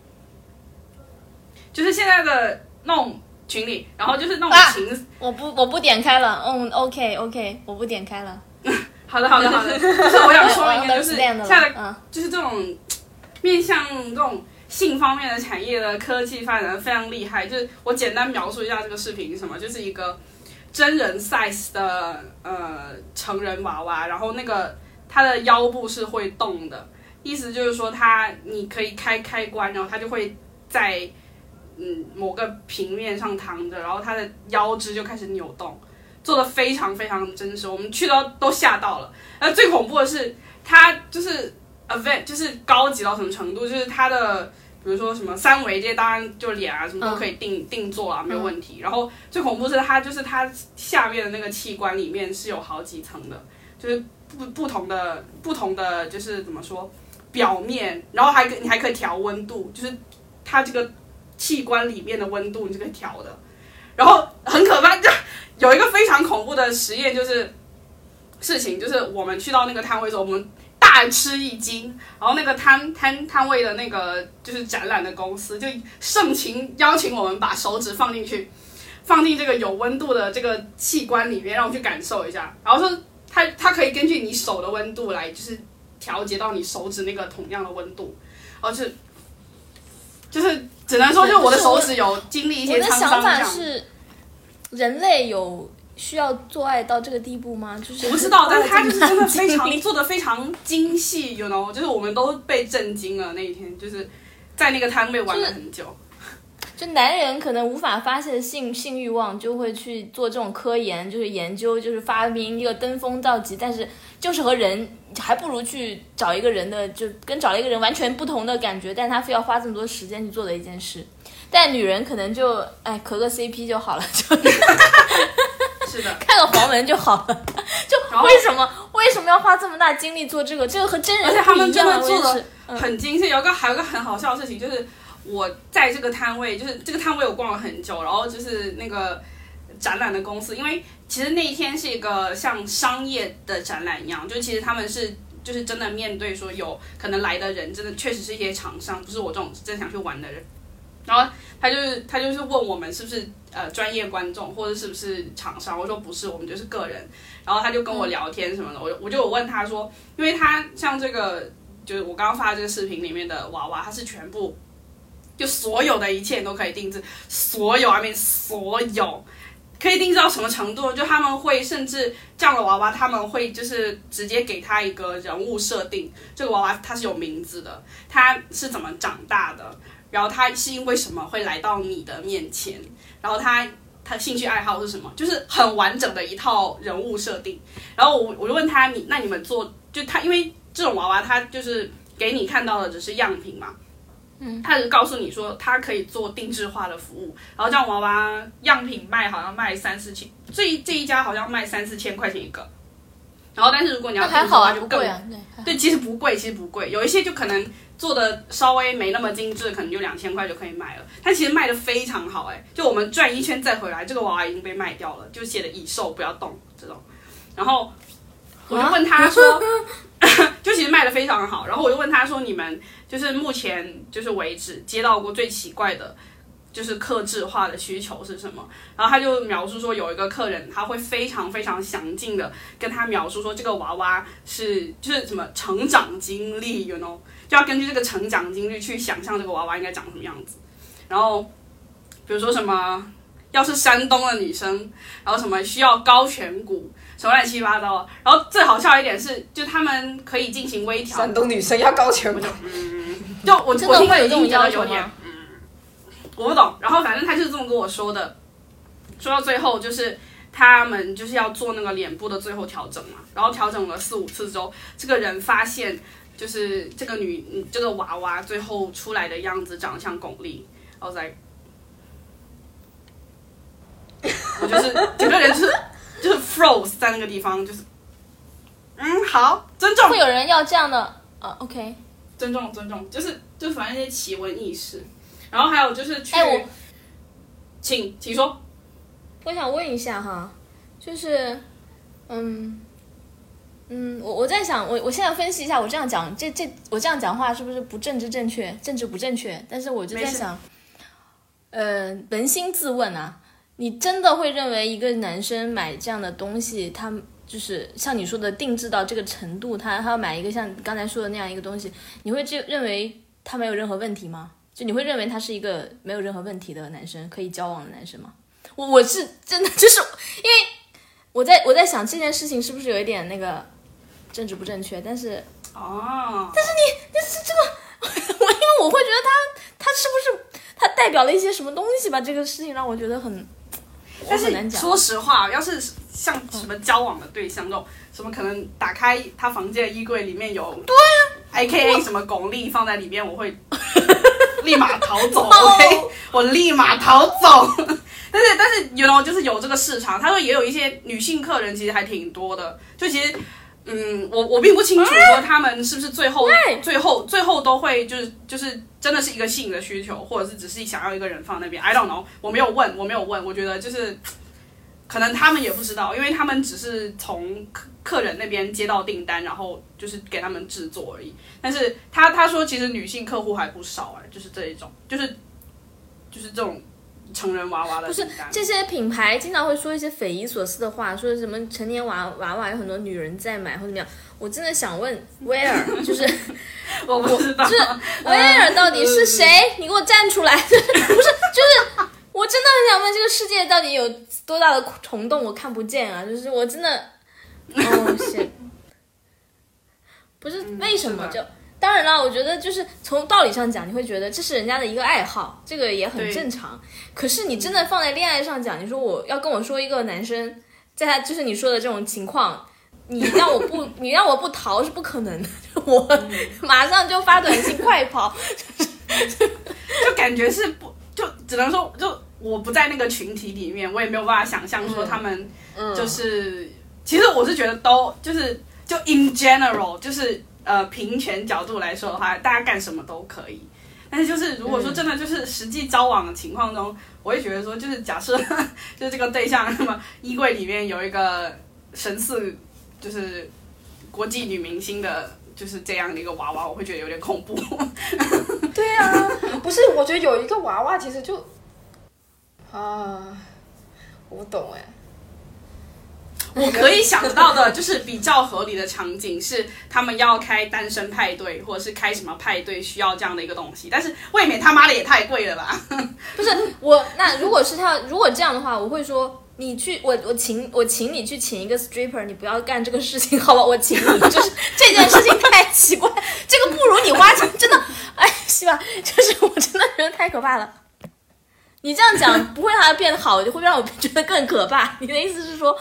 就是现在的那种。群里，然后就是那种情、啊， 我不我不点开了，嗯 ，OK OK， 我不点开了。 好的好的好的，就是我想说一个，就是现在的， 嗯、 就是这种面向这种性方面的产业的科技发展非常厉害。就是我简单描述一下这个视频是什么，就是一个真人 size 的呃成人娃娃，然后那个它的腰部是会动的，意思就是说它你可以开开关，然后它就会在。嗯，某个平面上躺着，然后他的腰肢就开始扭动，做的非常非常真实。我们去到都吓到了。而最恐怖的是，他就是 event 就是高级到什么程度，就是他的比如说什么三维这些，当然就脸啊什么都可以定、嗯、定做啊，没有问题。然后最恐怖是他就是他下面的那个器官里面是有好几层的，就是不不同的不同的就是怎么说表面，然后还你还可以调温度，就是它这个。器官里面的温度你是可以调的，然后很可怕，就有一个非常恐怖的实验，就是事情，就是我们去到那个摊位的时候，我们大吃一惊，然后那个摊摊摊位的那个就是展览的公司就盛情邀请我们把手指放进去，放进这个有温度的这个器官里面，让我们去感受一下，然后说它它可以根据你手的温度来就是调节到你手指那个同样的温度，然后就是就是只能说，就我的手指有经历一些沧桑。 我的想法是，人类有需要做爱到这个地步吗？就是我不知道，但他就是真的非常做的非常精细 ，you know， 就是我们都被震惊了那一天，就是在那个摊位玩了很久。 就男人可能无法发泄的性性欲望，就会去做这种科研，就是研究，就是发明一个登峰造极，但是就是和人还不如去找一个人的，就跟找了一个人完全不同的感觉，但他非要花这么多时间去做的一件事。但女人可能就哎磕个 C P 就好了，就是的， 看个黄文就好了。就为什么为什么要花这么大精力做这个？这个和真人不一样， 而且他们真的做的嗯、 很精细。有一个还有一个很好笑的事情就是。我在这个摊位，就是这个摊位我逛了很久，然后就是那个展览的公司，因为其实那一天是一个像商业的展览一样，就其实他们是就是真的面对说有可能来的人，真的确实是一些厂商，不是我这种真想去玩的人。然后他就是他就是问我们是不是呃专业观众，或者是不是厂商，我说不是，我们就是个人。然后他就跟我聊天什么的，我我就有问他说，因为他像这个就是我刚刚发的这个视频里面的娃娃，它是全部。就所有的一切都可以定制，所有 I mean 所有可以定制到什么程度？就他们会甚至这样的娃娃，他们会就是直接给他一个人物设定，这个娃娃它是有名字的，它是怎么长大的，然后它是因为什么会来到你的面前，然后它他兴趣爱好是什么，就是很完整的一套人物设定。然后我我就问他，你那你们做就他因为这种娃娃，它就是给你看到的只是样品嘛。嗯，他就告诉你说，他可以做定制化的服务，然后这样娃娃样品卖好像卖三四千，这这一家好像卖三四千块钱一个，然后但是如果你要定制的话就更贵啊，对， 对，其实不贵，其实不贵，有一些就可能做的稍微没那么精致，可能就两千块就可以卖了，但其实卖的非常好哎、欸，就我们转一圈再回来，这个娃娃已经被卖掉了，就写的已售不要动这种，然后我就问他说，就其实卖的非常好，然后我就问他说，你们就是目前就是为止接到过最奇怪的。就是客制化的需求是什么？然后他就描述说，有一个客人他会非常非常详尽的跟他描述说，这个娃娃是就是什么成长经历 ，you know， 就要根据这个成长经历去想象这个娃娃应该长什么样子。然后比如说什么，要是山东的女生，然后什么需要高颧骨，什么乱七八糟的。然后最好笑一点是，就他们可以进行微调。 山东女生要高颧骨， 嗯，就我真的会有这种要求吗？ 我不懂，然后反正他就是这么跟我说的，说到最后就是他们就是要做那个脸部的最后调整嘛，然后调整了四五次之后，这个人发现就是这个女这个娃娃最后出来的样子长得像巩俐，I was like， 我就是整个人就是就是 froze 在那个地方，就是嗯好，尊重。 会有人要这样的啊 ？OK， 尊重尊重，就是就反正那些奇闻异事。然后还有就是去， 哎，我， 请请说。 我想问一下哈，就是，嗯，嗯，我我在想，我我现在分析一下，我这样讲，这这我这样讲话是不是不政治正确？政治不正确？但是我就在想，呃，扪心自问啊，你真的会认为一个男生买这样的东西，他就是像你说的定制到这个程度，他他要买一个像刚才说的那样一个东西，你会这认为他没有任何问题吗？就你会认为他是一个没有任何问题的男生，可以交往的男生吗？我我是真的就是因为我在我在想这件事情是不是有一点那个政治不正确，但是哦， 但是你但是这个我因为我会觉得他他是不是他代表了一些什么东西吧？这个事情让我觉得很， 但是说实话，要是像什么交往的对象这种，什么可能打开他房间的衣柜里面有对啊 ，A K A 什么巩俐放在里面，我会。立马逃走 ，OK， 我立马逃走。但是但是 ，you know， 就是有这个市场。他说也有一些女性客人，其实还挺多的。就其实，嗯，我我并不清楚说他们是不是最后最后最后都会就是就是真的是一个性的需求，或者是只是想要一个人放那边。I don't know， 我没有问，我没有问。我觉得就是可能他们也不知道，因为他们只是从客客人那边接到订单，然后就是给他们制作而已。但是他他说其实女性客户还不少哎、欸，就是这一种，就是就是这种成人娃娃的订单。 不是这些品牌经常会说一些匪夷所思的话，说什么成年娃娃娃有很多女人在买或者怎么样。我真的想问威尔，就是我不知道， 就是威尔到底是谁？你给我站出来！不是，就是我真的很想问，这个世界到底有多大的虫洞我看不见啊？就是我真的，哦，是。不是为什么就、嗯、当然了，我觉得就是从道理上讲，你会觉得这是人家的一个爱好，这个也很正常。可是你真的放在恋爱上讲，你说我要跟我说一个男生，在他就是你说的这种情况，你让我不你让我不逃是不可能的，我马上就发短信快跑， 就感觉是不就只能说就我不在那个群体里面，我也没有办法想象说他们就是、嗯、其实我是觉得都就是。就 in general， 就是呃平权角度来说的话，大家干什么都可以。但是就是如果说真的就是实际交往的情况中，嗯、我会觉得说，就是假设就是这个对象，那么衣柜里面有一个神似就是国际女明星的，就是这样的一个娃娃，我会觉得有点恐怖。 对啊，不是，我觉得有一个娃娃其实就啊，我不懂哎。 我可以想到的就是比较合理的场景是他们要开单身派对，或者是开什么派对需要这样的一个东西，但是未免他妈的也太贵了吧？ 不是我，那如果是他，如果这样的话，我会说你去，我我请我请你去请一个 stripper， 你不要干这个事情，好吧？我请你，就是这件事情太奇怪，这个不如你花钱，真的，哎，是吧？就是我真的觉得太可怕了。你这样讲不会让它变好，就会让我觉得更可怕。你的意思是说？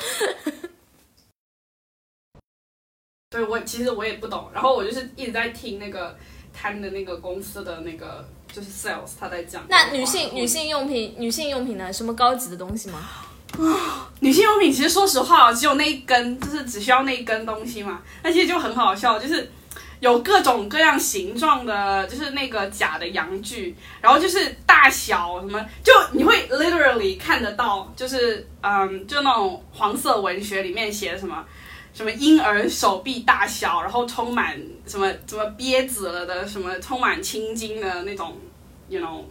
对，我其实我也不懂，然后我就是一直在听那个他们的那个公司的那个就是 sales 他在讲。 那女性女性用品女性用品呢？什么高级的东西吗？ 女性用品其实说实话，只有那一根，就是只需要那一根东西嘛。那其实就很好笑，就是有各种各样形状的，就是那个假的阳具，然后就是大小什么，就你会 literally 看得到，就是嗯，就那种黄色文学里面写的什么。 什么婴儿手臂大小，然后充满什么什么憋紫了的，什么充满青筋的那种 ，you know，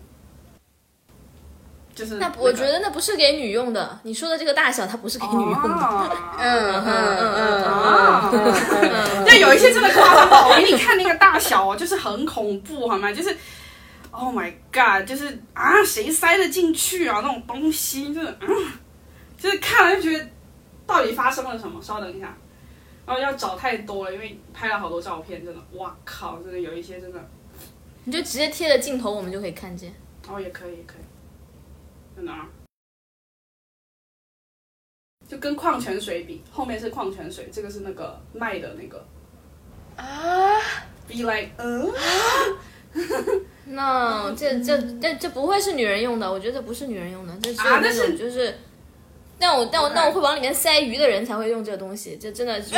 就是、那那我觉得那不是给女用的，你说的这个大小它不是给女用的。 哦、 嗯嗯嗯嗯嗯，对，有一些真的夸张到我给你看那个大小哦，就是很恐怖，好吗？就是 ，Oh my God， 就是啊，谁塞得进去啊？那种东西，就是嗯，就是看了就觉得到底发生了什么？稍等一下，然后要找太多了，因为拍了好多照片，真的，哇靠，真的有一些真的， 你就直接贴着镜头，我们就可以看见。 哦，也可以，也可以。在哪？就跟矿泉水比，后面是矿泉水，这个是那个卖的那个啊 ，be like， 嗯， 那这这这这不会是女人用的，我觉得这不是女人用的，这是啊那种但是就是，那我那我那我会往里面塞鱼的人才会用这个东西，这真的是。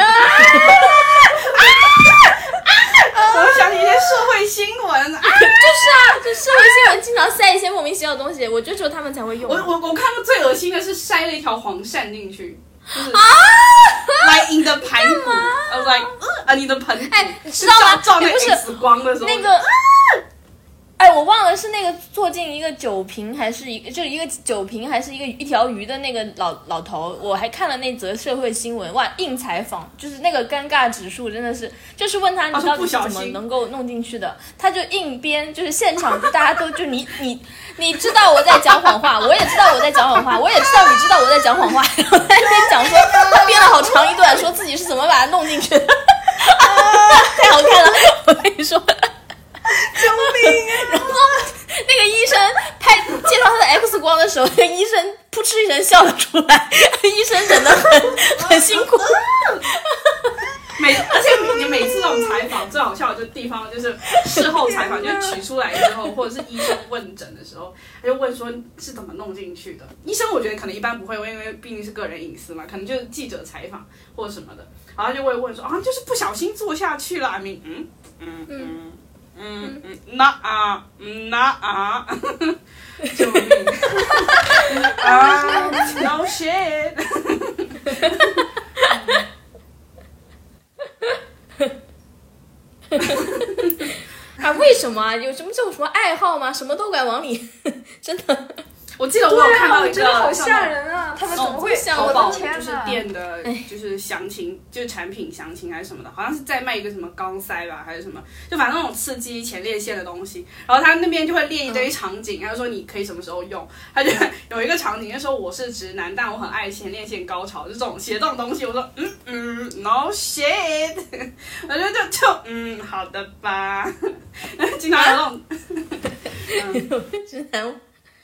我想起一些社会新闻啊， 就是啊，这社会新闻经常塞一些莫名其妙的东西，我就只有他们才会用。 我我我看过最恶心的是塞了一条黄鳝进去，就是啊 ，like in the 排骨 ，I was like， 啊，你的盆骨， 哎，你知道吗？ 照那不是 X 光的时候， 那个。哎，我忘了是那个坐进一个酒瓶，还是一个就是一个酒瓶，还是一个一条鱼的那个老老头。我还看了那则社会新闻，哇，硬采访，就是那个尴尬指数真的是，就是问他你到底是怎么能够弄进去的，他就硬编，就是现场就大家都就你你你知道我在讲谎话，我也知道我在讲谎话，我也知道你知道我在讲谎话，然后在那边讲说他编了好长一段，说自己是怎么把它弄进去的，太好看了，我跟你说。 救命啊！ 然后那个医生拍介绍他的 X 光的时候，那个医生扑哧一声笑了出来，医生忍得很很辛苦。 每而且你每次这种采访最好笑的地方就是事后采访，就是取出来之后，或者是医生问诊的时候，他就问说是怎么弄进去的。医生我觉得可能一般不会问，因为毕竟是个人隐私嘛，可能就是记者采访或者什么的，然后就会问说啊，就是不小心做下去了。I mean， 嗯嗯嗯。嗯嗯，那啊，那啊，救命！啊 ，no shit！ 啊，为什么啊？有什么这种什么爱好吗？什么都敢往里，真的。 我记得我有看到一个， 啊、好吓人啊！他们怎么会想淘宝天就是店的，就是详情，就是产品详情还是什么的，好像是在卖一个什么钢塞吧，还是什么，就反正那种刺激前列腺的东西。然后他那边就会列一堆场景，他就说你可以什么时候用。他就有一个场景，就说我是直男，但我很爱前列腺高潮，就这种写这种东西。我说嗯嗯 ，no shit， 我就就就嗯，好的吧。经常有那种， 嗯、直男。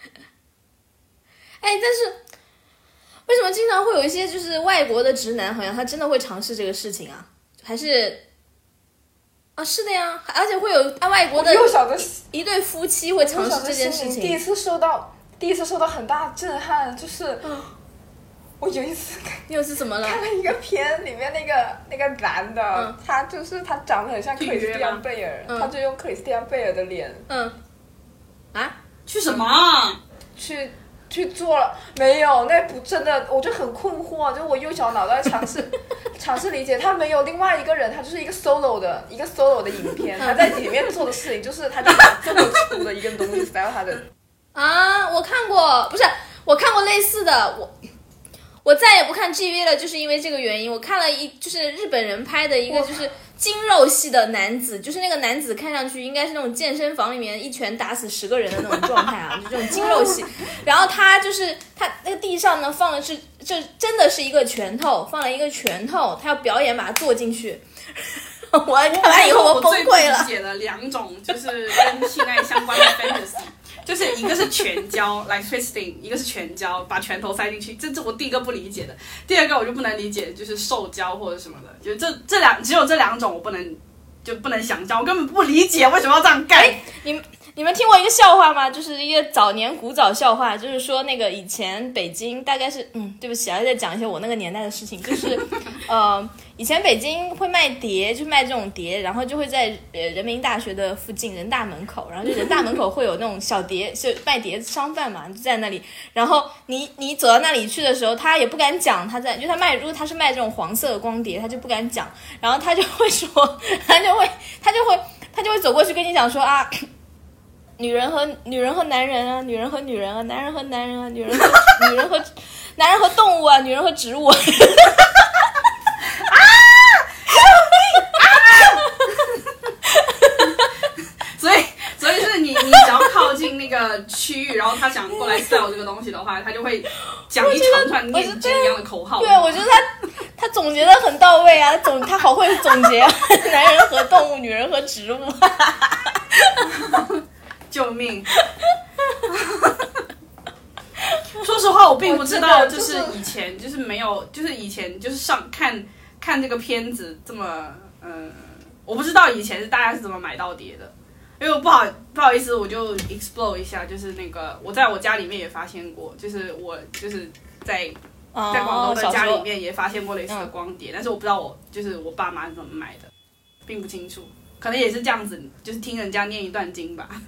哎，但是为什么经常会有一些就是外国的直男，好像他真的会尝试这个事情啊？还是啊，是的呀，而且会有外国的幼小的一对夫妻会尝试这件事情。 第一次受到第一次受到很大震撼，就是、嗯、我有一次你有一次怎么了？ 看了一个片，里面那个那个男的，嗯、他就是他长得很像克里斯蒂安贝尔，嗯、他就用克里斯蒂安贝尔的脸， 嗯，啊， 去什么？ 去。去做了没有？那不真的，我就很困惑。就我幼小脑袋尝试尝试理解，他没有另外一个人，他就是一个 solo 的一个 solo 的影片，他在里面做的事情就是他就把这么粗的一个东西塞到他的啊，我看过，不是我看过类似的，我我再也不看 G V 了，就是因为这个原因。我看了一就是日本人拍的一个就是精肉系的男子，就是那个男子看上去应该是那种健身房里面一拳打死十个人的那种状态啊，就这种精肉系。然后他就是他那个地上呢放的是，这真的是一个拳头，放了一个拳头，他要表演把它做进去。我看完以后我崩溃了。 我最不理解的两种就是跟性爱相关的 fantasy。就是一个是拳交 like twisting， 一个是拳交把拳头塞进去，这这我第一个不理解的。第二个我就不能理解，就是受交或者什么的，就这这两只有这两种我不能就不能想象，我根本不理解为什么要这样干。 你你们听过一个笑话吗？就是一个早年古早笑话，就是说那个以前北京大概是，嗯，对不起啊，在讲一些我那个年代的事情，就是呃，以前北京会卖碟，就卖这种碟，然后就会在呃人民大学的附近人大门口，然后就人大门口会有那种小碟，就卖碟商贩嘛，就在那里，然后你你走到那里去的时候，他也不敢讲他在，就他卖，如果他是卖这种黄色的光碟，他就不敢讲，然后他就会说，他就会他就会他就会走过去跟你讲说啊。女人和女人和男人啊，女人和女人啊，男人和男人啊，女人和女人和男人和动物啊，女人和植物啊。啊！ 所以，所以是你，你只要靠近那个区域，然后他想过来 sell 这个东西的话，他就会讲一长串念经一样的口号。 对，我觉得他他总结的很到位啊，总他好会总结、啊，男人和动物，女人和植物。 救命！说实话，我并不知道，就是以前就是没有，就是以前就是上看看这个片子这么，嗯、呃，我不知道以前是大家是怎么买到碟的，因为我不好不好意思，我就 explore 一下，就是那个我在我家里面也发现过，就是我就是在在广东的家里面也发现过类似的光碟，但是我不知道我就是我爸妈是怎么买的，并不清楚。可能也是这样子，就是听人家念一段经吧。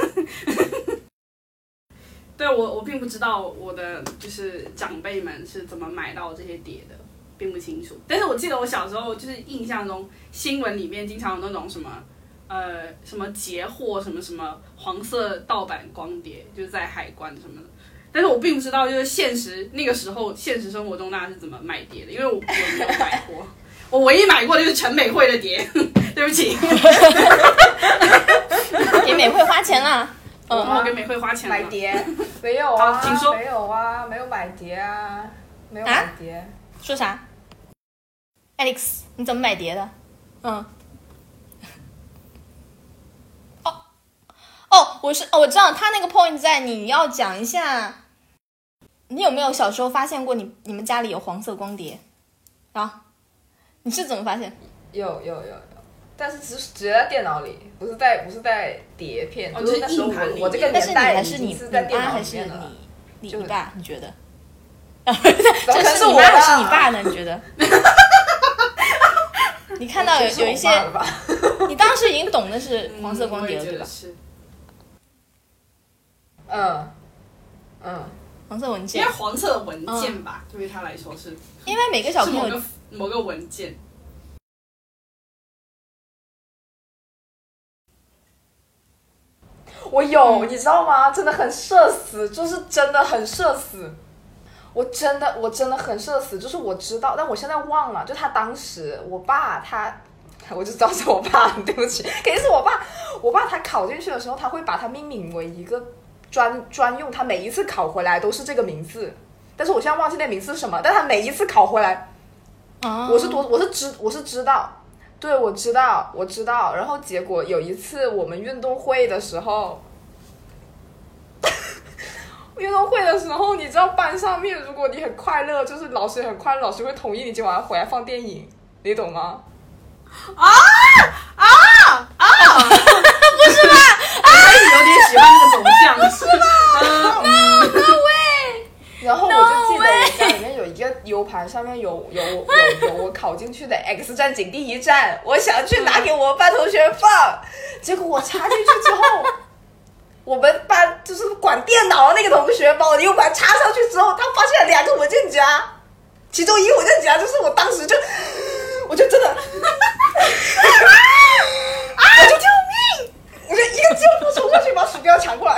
对，我我并不知道我的就是长辈们是怎么买到这些碟的，并不清楚。但是我记得我小时候就是印象中新闻里面经常有那种什么呃什么截获什么什么黄色盗版光碟，就是在海关什么的。但是我并不知道就是现实那个时候现实生活中大家是怎么买碟的，因为我我没有买过。我唯一买过的就是陈美惠的碟，对不起。 给美惠花钱了， 嗯，我给美惠花钱了。 买碟没有啊？ 请说。 没有啊，没有买碟啊，没有买碟。 啊、说啥 ？Alex， 你怎么买碟的？嗯。哦哦，我是哦，我知道他那个 point 在你要讲一下，你有没有小时候发现过你你们家里有黄色光碟啊？你是怎么发现？ 有有有有，但是只只在电脑里，不是在不是在碟片， 哦、 就是那时候我我这个年代已经是在电脑里面了。 你你爸？你觉得？ 这是你妈还是你爸呢？你觉得？你看到有有一些，你当时已经懂的是黄色光碟了，对吧？ 嗯嗯， 黄色文件， 应该黄色的文件吧，嗯、对于他来说是， 因为每个小朋友某个某个文件。 我有，你知道吗？真的很社死，就是真的很社死。我真的，我真的很社死，就是我知道，但我现在忘了。就他当时，我爸他，我就知道是我爸，对不起，肯定是我爸。我爸他考进去的时候，他会把它命名为一个专专用，他每一次考回来都是这个名字。但是我现在忘记那名字是什么，但他每一次考回来， 哦、 我是多，我是知，我是知道。对，我知道，我知道。然后结果有一次我们运动会的时候，运动会的时候，你知道班上面，如果你很快乐，就是老师也很快乐，老师会同意你今晚回来放电影，你懂吗？ 啊啊啊！不是吧？ 我开始有点喜欢那个走向，是吗？ No no way！ 然后我就记得我家里面有一个 U 盘，上面有有有有我考进去的 X 战警第一站，我想去拿给我班同学放，结果我插进去之后，我们班就是管电脑的那个同学把我的 U 盘插上去之后，他发现了两个文件夹，其中一个文件夹就是我当时就，我就真的，啊！我就救命！我就一个箭步冲过去把鼠标抢过来。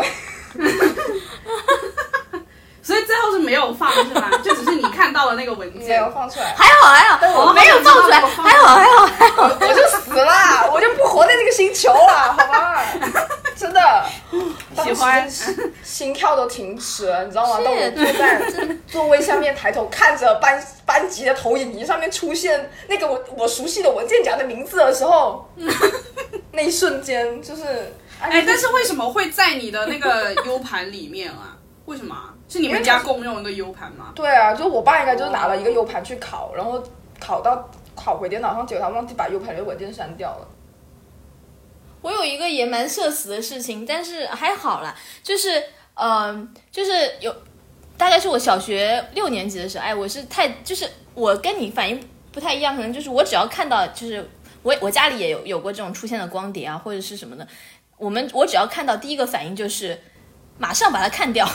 所以最后是没有放是吧？就只是你看到了那个文件， 没有放出来， 还好还好，我没有放出来，还好还好还好， 我就死了，我就不活在这个星球了，好吗？真的， 喜欢， 心跳都停止了，你知道吗？当我坐在座位下面抬头看着班班级的投影仪上面出现那个我我熟悉的文件夹的名字的时候，那一瞬间就是， 哎，但是为什么会在你的那个 U 盘里面啊？为什么啊？是你们家共用一个 U 盘吗？ 对啊，就我爸应该就是拿了一个 U 盘去考，然后考到考回电脑上，结果他忘记把 U 盘的文件删掉了。 我有一个也蛮社死的事情，但是还好啦，就是嗯、呃，就是有大概是我小学六年级的时候，哎，我是太就是我跟你反应不太一样，可能就是我只要看到就是我我家里也有有过这种出现的光碟啊或者是什么的，我们我只要看到第一个反应就是马上把它看掉，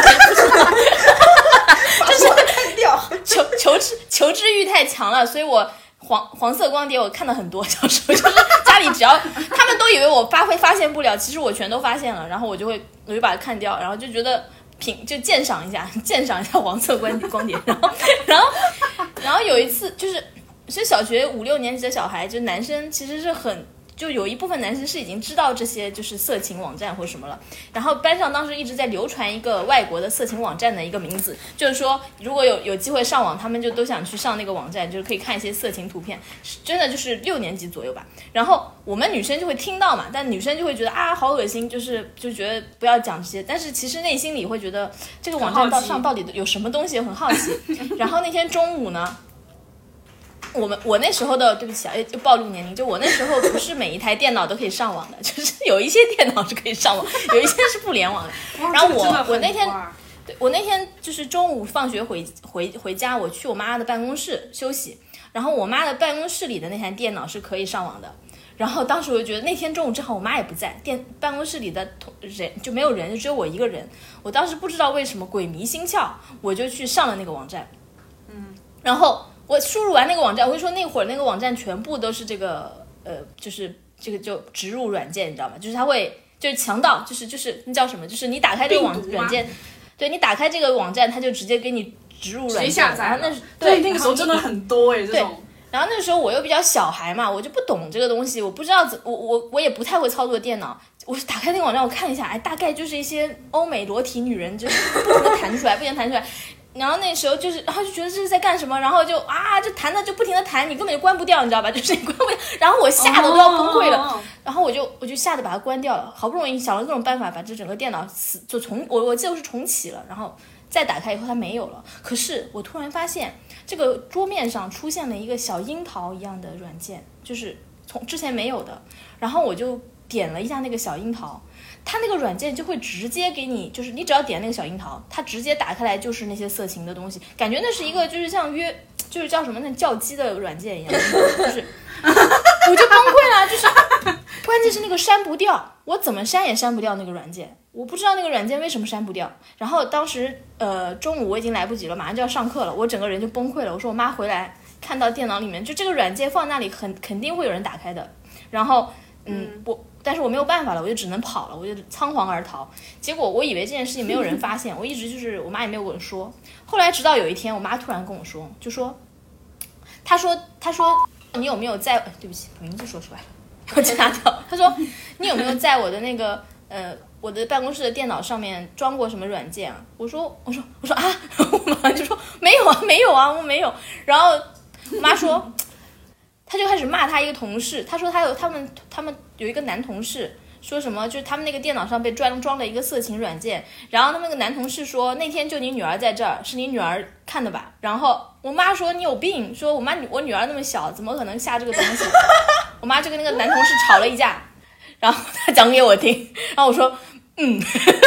就是看掉， 求求知求知欲太强了，所以我。黄黄色光碟我看了很多，小时候就是家里只要他们都以为我发会发现不了，其实我全都发现了，然后我就会我就把它看掉，然后就觉得品就鉴赏一下鉴赏一下黄色光光碟，然后然后然后有一次就是其实小学五六年级的小孩，就男生其实是很。就有一部分男生是已经知道这些就是色情网站或什么了，然后班上当时一直在流传一个外国的色情网站的一个名字，就是说如果有有机会上网，他们就都想去上那个网站，就是可以看一些色情图片，真的就是六年级左右吧。然后我们女生就会听到嘛，但女生就会觉得啊好恶心，就是就觉得不要讲这些，但是其实内心里会觉得这个网站到上到底有什么东西，很好奇。然后那天中午呢。我们我那时候的对不起啊，就暴露年龄，就我那时候不是每一台电脑都可以上网的，就是有一些电脑是可以上网，有一些是不联网的。然后我我那天对我那天就是中午放学回回回家，我去我妈的办公室休息，然后我妈的办公室里的那台电脑是可以上网的。然后当时我就觉得那天中午正好我妈也不在，电办公室里的人就没有人，就只有我一个人。我当时不知道为什么鬼迷心窍，我就去上了那个网站。嗯，然后。我输入完那个网站，我会说那会儿那个网站全部都是这个呃，就是这个就植入软件，你知道吗？就是它会就是强盗，就是就是那叫什么？就是你打开这个网软件，对你打开这个网站，它就直接给你植入软件， 下载。 然后那是对那个时候真的很多哎、欸，这种。 然后那时候我又比较小孩嘛，我就不懂这个东西，我不知道怎我我我也不太会操作电脑。我打开那个网站，我看一下，哎，大概就是一些欧美裸体女人，就是不停的弹出来，不停的弹出来。然后那时候就是，然后就觉得这是在干什么，然后就啊，就弹的就不停的弹，你根本就关不掉，你知道吧？就是你关不掉，然后我吓得都要崩溃了， oh, oh, oh, oh. 然后我就我就吓得把它关掉了，好不容易想了各种办法把这整个电脑死就重我我记得是重启了，然后再打开以后它没有了。可是我突然发现这个桌面上出现了一个小樱桃一样的软件，就是从之前没有的，然后我就点了一下那个小樱桃。它那个软件就会直接给你，就是你只要点那个小樱桃，它直接打开来就是那些色情的东西，感觉那是一个就是像约，就是叫什么那叫鸡的软件一样，就是我就崩溃了，就是关键是那个删不掉，我怎么删也删不掉那个软件，我不知道那个软件为什么删不掉。然后当时呃中午我已经来不及了，马上就要上课了，我整个人就崩溃了。我说我妈回来看到电脑里面就这个软件放那里，很肯定会有人打开的。然后嗯我。但是我没有办法了，我就只能跑了，我就仓皇而逃。结果我以为这件事情没有人发现，我一直就是我妈也没有跟我说。后来直到有一天，我妈突然跟我说，就说，她说她说你有没有在？对不起，名字说出来了，我掐掉。她说你有没有在我的那个呃我的办公室的电脑上面装过什么软件啊？我说我说我说啊，然后我妈就说没有啊没有啊我没有。然后我妈说。他就开始骂他一个同事，他说他有他们他们有一个男同事说什么，就是他们那个电脑上被装装了一个色情软件，然后他们那个男同事说那天就你女儿在这儿，是你女儿看的吧？然后我妈说你有病，说我妈我女儿那么小，怎么可能下这个东西？我妈就跟那个男同事吵了一架，然后他讲给我听，然后我说嗯。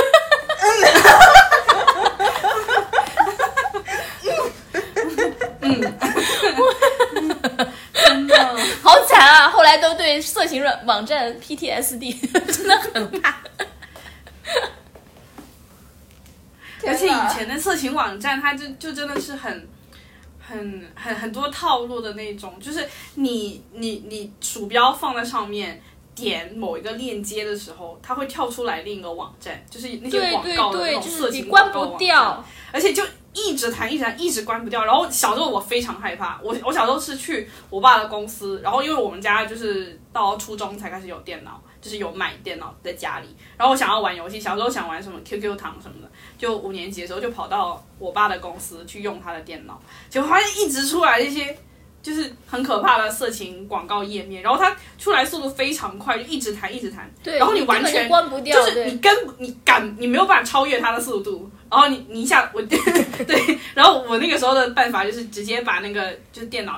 嗯。好惨啊！后来都对色情软网站 P T S D， 真的很怕。 而且以前的色情网站，它就就真的是很、很、很很多套路的那种，就是你你你鼠标放在上面。点某一个链接的时候，它会跳出来另一个网站，就是那些广告的那种色情广告网站， 关不掉， 而且就一直弹一直弹一直关不掉。然后小时候我非常害怕，我我小时候是去我爸的公司，然后因为我们家就是到初中才开始有电脑，就是有买电脑在家里，然后我想要玩游戏，小时候想玩什么 Q Q 糖什么的，就五年级的时候就跑到我爸的公司去用他的电脑，结果发现一直出来一些。就是很可怕的色情广告页面，然后它出来速度非常快，就一直弹一直弹， 对， 然后你完全关不掉， 就是你跟你赶你没有办法超越它的速度，然后你你一下我对，然后我那个时候的办法就是直接把那个就是电脑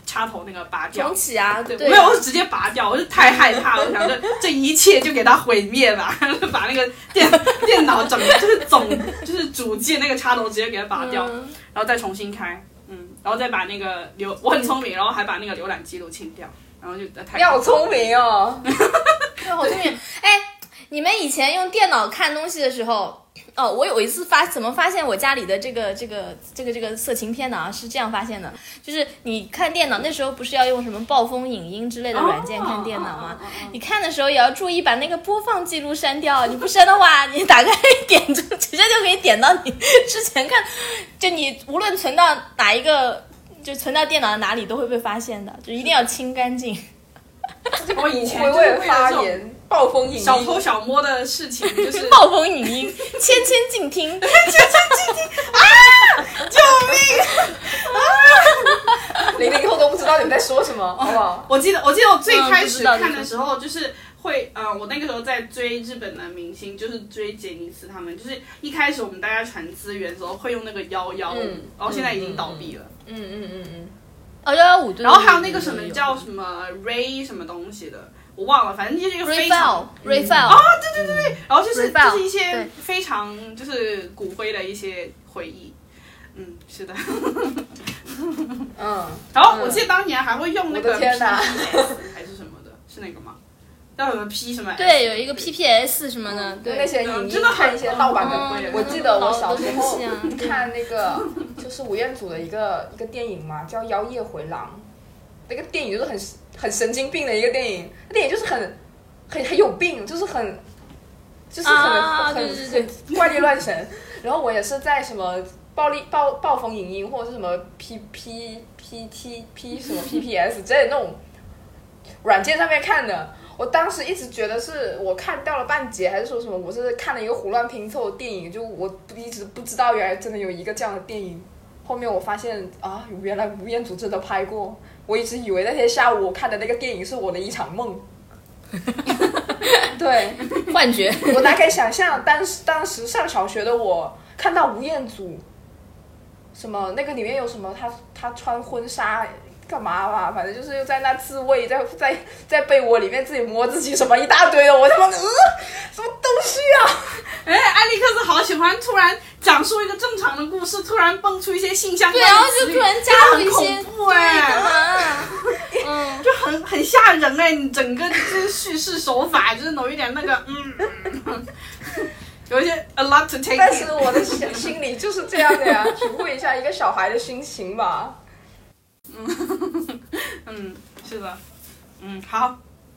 插头那个拔掉。 重启啊， 对， 对没有，我是直接拔掉，我就太害怕了，我想着这一切就给它毁灭吧，把那个电电脑整就是总就是主机那个插头直接给它拔掉， 嗯、 然后再重新开，嗯，然后再把那个浏，我很聪明，然后还把那个浏览记录清掉，然后就太。 你好聪明哦， 对，好聪明，哎。你们以前用电脑看东西的时候，哦，我有一次发怎么发现我家里的这个这个这个这个色情片的啊？是这样发现的，就是你看电脑那时候不是要用什么暴风影音之类的软件看电脑吗？哦哦哦哦、你看的时候也要注意把那个播放记录删掉，你不删的话，你打开点就直接就可以点到你之前看，就你无论存到哪一个，就存到电脑的哪里都会被发现的，就一定要清干净。 我以前为了发言。暴风影音小偷小摸的事情就是暴风影音，千千静听，千千静听啊！救命！ 啊！零零后都不知道你们在说什么，好不好？ 我记得，我记得我最开始看的时候，就是会，呃，我那个时候在追日本的明星，就是追杰尼斯他们，就是一开始我们大家传资源的时候会用那个幺幺五，然后现在已经倒闭了。 嗯嗯嗯嗯。 哦，幺幺五， 然后还有那个什么叫什么 Ray 什么东西的。我忘了，反正就是一个非常 Rayfile 啊，对对对对，然后就是 Rayfile, 就是一些非常就是骨灰的一些回忆，嗯，是的， 嗯， 然后我记得当年还会用那个 P P S 还是什么的，是那个吗？叫什么 P 什么？ 对，有一个 P P S 什么的，对， 那些影真的看一些盗版的。 嗯、 我记得我小时候看那个就是吴彦祖的一个一个电影嘛，叫《妖夜回廊》，那个电影就是很。很神经病的一个电影，那电影就是很很很有病，就是很就是很、 啊、 很对对对很怪力乱神。然后我也是在什么暴力暴暴风影音或者是什么 P P P T P 什么 P P S 之类的那种软件上面看的。我当时一直觉得是我看掉了半截，还是说什么我是看了一个胡乱拼凑的电影，就我一直不知道原来真的有一个这样的电影。后面我发现啊，原来吴彦祖真的拍过。我一直以为那天下午我看的那个电影是我的一场梦，对， 幻觉。 我大概想象当时当时上小学的我看到吴彦祖，什么那个里面有什么他他穿婚纱干嘛吧，反正就是又在那自慰，在在在被窝里面自己摸自己什么一大堆的，我他妈呃什么东西啊！ 哎，艾利克斯好喜欢突然讲述一个正常的故事，突然蹦出一些性相关的对，然后就突然加入一些， 很恐怖哎， 干嘛？嗯， 就很很吓人哎，你整个就是叙事手法就是有一点那个嗯，有一些 a lot to take。 但是我的心里就是这样的呀，体会一下一个小孩的心情吧。 嗯嗯，是的，嗯，好，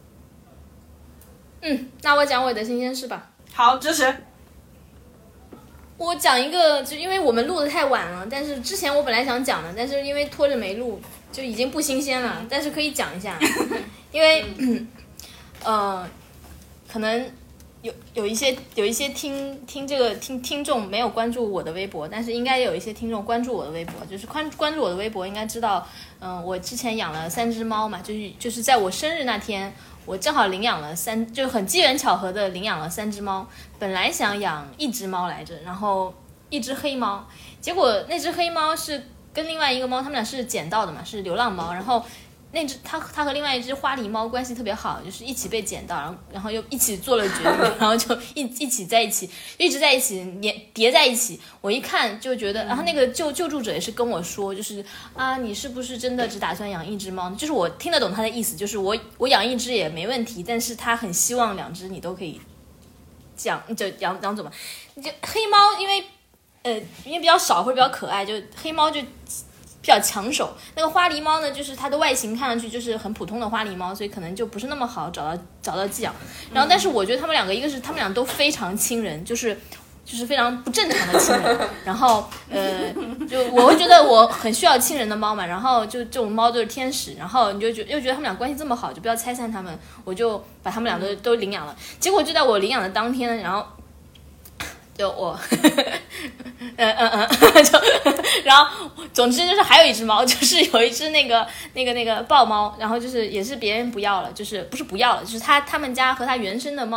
嗯，那我讲我的新鲜事吧。 好，支持。 我讲一个，就因为我们录的太晚了，但是之前我本来想讲的，但是因为拖着没录，就已经不新鲜了，但是可以讲一下，因为，嗯、呃，可能有有一些有一些听听这个听听众没有关注我的微博，但是应该有一些听众关注我的微博，就是关关注我的微博应该知道，嗯、呃，我之前养了三只猫嘛，就是就是在我生日那天。我正好领养了三，就很机缘巧合的领养了三只猫。本来想养一只猫来着，然后一只黑猫，结果那只黑猫是跟另外一个猫，他们俩是捡到的嘛，是流浪猫。然后那只它它和另外一只花狸猫关系特别好，就是一起被捡到，然后然后又一起做了绝育，然后就一一起在一起，一直在一起粘叠在一起。我一看就觉得，然后那个救救助者也是跟我说，就是啊，你是不是真的只打算养一只猫？就是我听得懂他的意思，就是我我养一只也没问题，但是他很希望两只你都可以养，就养养怎么？就黑猫因为呃因为比较少或者比较可爱，就黑猫就。比较抢手，那个花狸猫呢，就是它的外形看上去就是很普通的花狸猫，所以可能就不是那么好找到找到寄养。然后，但是我觉得他们两个，一个是他们俩都非常亲人，就是就是非常不正常的亲人。然后，呃，就我会觉得我很需要亲人的猫嘛。然后就这种猫都是天使，然后你就觉又觉得他们俩关系这么好，就不要拆散他们，我就把他们俩都都领养了。结果就在我领养的当天，然后。就我，嗯嗯嗯，就，然后总之就是还有一只猫，就是有一只那个那个那个豹猫，然后就是也是别人不要了，就是不是不要了，就是他他们家和他原生的猫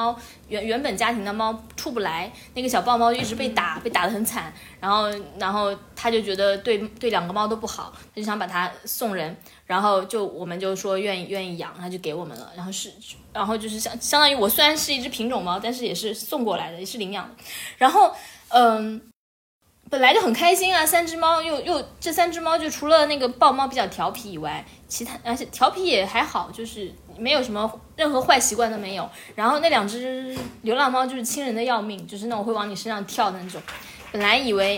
原原本家庭的猫出不来，那个小豹猫就一直被打，被打得很惨，然后然后他就觉得对对两个猫都不好，他就想把它送人，然后就我们就说愿意愿意养，他就给我们了，然后是然后就是相相当于我虽然是一只品种猫，但是也是送过来的，也是领养的，然后嗯。本来就很开心啊，三只猫又又这三只猫就除了那个豹猫比较调皮以外，其他而且调皮也还好，就是没有什么任何坏习惯都没有。然后那两只流浪猫就是亲人的要命，就是那种会往你身上跳的那种。本来以为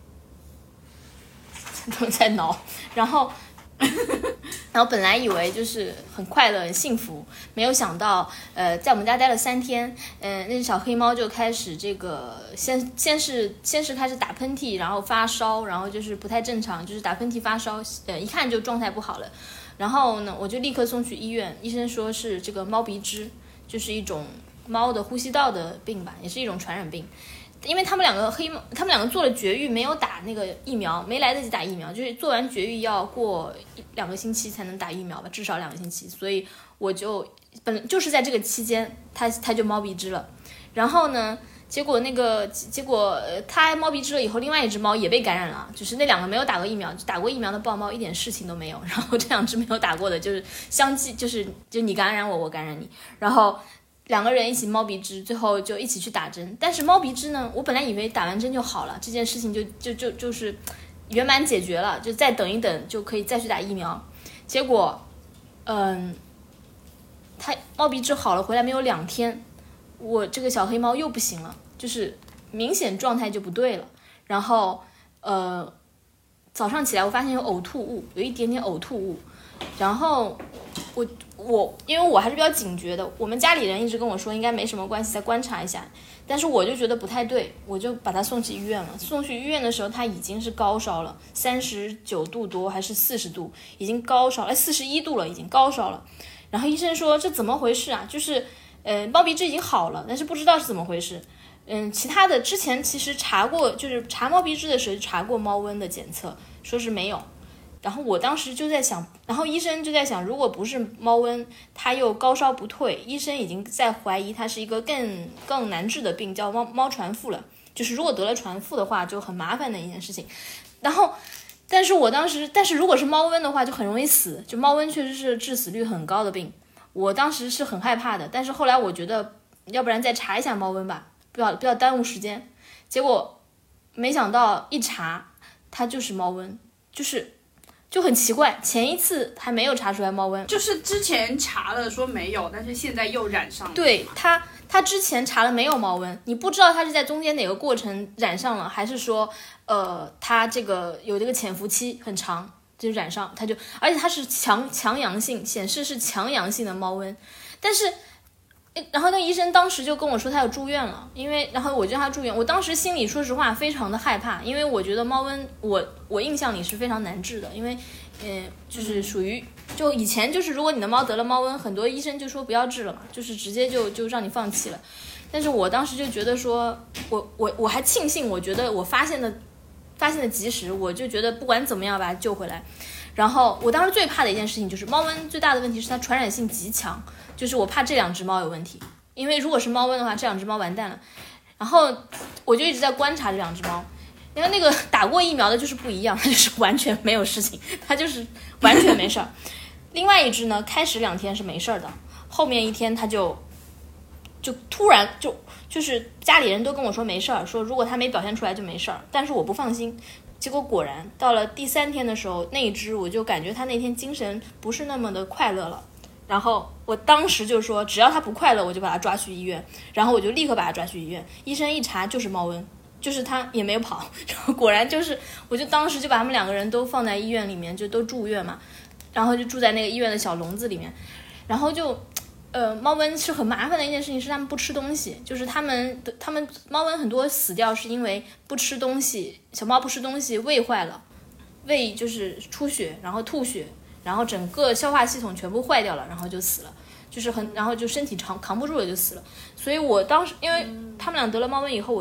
都在挠，然后然后本来以为就是很快乐很幸福，没有想到呃在我们家待了三天，嗯、呃，那只小黑猫就开始这个先先是先是开始打喷嚏，然后发烧，然后就是不太正常，就是打喷嚏发烧，呃一看就状态不好了。然后呢我就立刻送去医院，医生说是这个猫鼻支，就是一种猫的呼吸道的病吧，也是一种传染病。因为他们两个黑猫，他们两个做了绝育，没有打那个疫苗，没来得及打疫苗，就是做完绝育要过两个星期才能打疫苗吧，至少两个星期，所以我就本就是在这个期间，他他就猫鼻支了，然后呢，结果那个结果他猫鼻支了以后，另外一只猫也被感染了，就是那两个没有打过疫苗，打过疫苗的豹猫一点事情都没有，然后这两只没有打过的，就是相继就是就你感染我，我感染你，然后。两个人一起猫鼻支，最后就一起去打针。但是猫鼻支呢，我本来以为打完针就好了，这件事情就就就就是圆满解决了，就再等一等就可以再去打疫苗。结果，嗯，它猫鼻支好了回来没有两天，我这个小黑猫又不行了，就是明显状态就不对了。然后，呃，早上起来我发现有呕吐物，有一点点呕吐物，然后我。我因为我还是比较警觉的，我们家里人一直跟我说应该没什么关系，再观察一下，但是我就觉得不太对，我就把他送去医院了。送去医院的时候他已经是高烧了，三十九度多还是四十度，已经高烧了，四十一度了，已经高烧了。然后医生说这怎么回事啊，就是呃猫鼻支已经好了，但是不知道是怎么回事。嗯，其他的之前其实查过，就是查猫鼻支的时候查过猫瘟的检测，说是没有。然后我当时就在想，然后医生就在想，如果不是猫瘟，它又高烧不退，医生已经在怀疑它是一个更更难治的病，叫猫猫传腹了。就是如果得了传腹的话，就很麻烦的一件事情。然后，但是我当时，但是如果是猫瘟的话，就很容易死。就猫瘟确实是致死率很高的病，我当时是很害怕的。但是后来我觉得，要不然再查一下猫瘟吧，不要不要耽误时间。结果没想到一查，它就是猫瘟，就是。就很奇怪，前一次还没有查出来猫瘟， 就是之前查了说没有，但是现在又染上了。 对他，他之前查了没有猫瘟，你不知道他是在中间哪个过程染上了，还是说，呃，他这个有这个潜伏期很长，就染上，他就，而且他是强强阳性，显示是强阳性的猫瘟，但是。然后那医生当时就跟我说他要住院了，因为然后我就让他住院，我当时心里说实话非常的害怕，因为我觉得猫瘟我我印象里是非常难治的，因为嗯、呃、就是属于就以前就是如果你的猫得了猫瘟，很多医生就说不要治了嘛，就是直接就就让你放弃了。但是我当时就觉得说我我我还庆幸，我觉得我发现的发现的及时，我就觉得不管怎么样把它救回来。然后我当时最怕的一件事情就是猫瘟最大的问题是它传染性极强，就是我怕这两只猫有问题，因为如果是猫瘟的话，这两只猫完蛋了。然后我就一直在观察这两只猫，因为那个打过疫苗的就是不一样，它就是完全没有事情，它就是完全没事儿。另外一只呢，开始两天是没事儿的，后面一天它就就突然就就是家里人都跟我说没事儿，说如果它没表现出来就没事儿，但是我不放心。结果果然到了第三天的时候，那一只我就感觉它那天精神不是那么的快乐了，然后我当时就说只要它不快乐我就把它抓去医院，然后我就立刻把它抓去医院，医生一查就是猫瘟，就是它也没有跑，然后果然就是我就当时就把他们两个人都放在医院里面，就都住院嘛，然后就住在那个医院的小笼子里面，然后就呃，猫瘟是很麻烦的一件事情，是他们不吃东西，就是他们的他们猫瘟很多死掉是因为不吃东西，小猫不吃东西，胃坏了，胃就是出血，然后吐血，然后整个消化系统全部坏掉了，然后就死了，就是很，然后就身体扛扛不住了就死了。所以我当时因为他们俩得了猫瘟以后，我就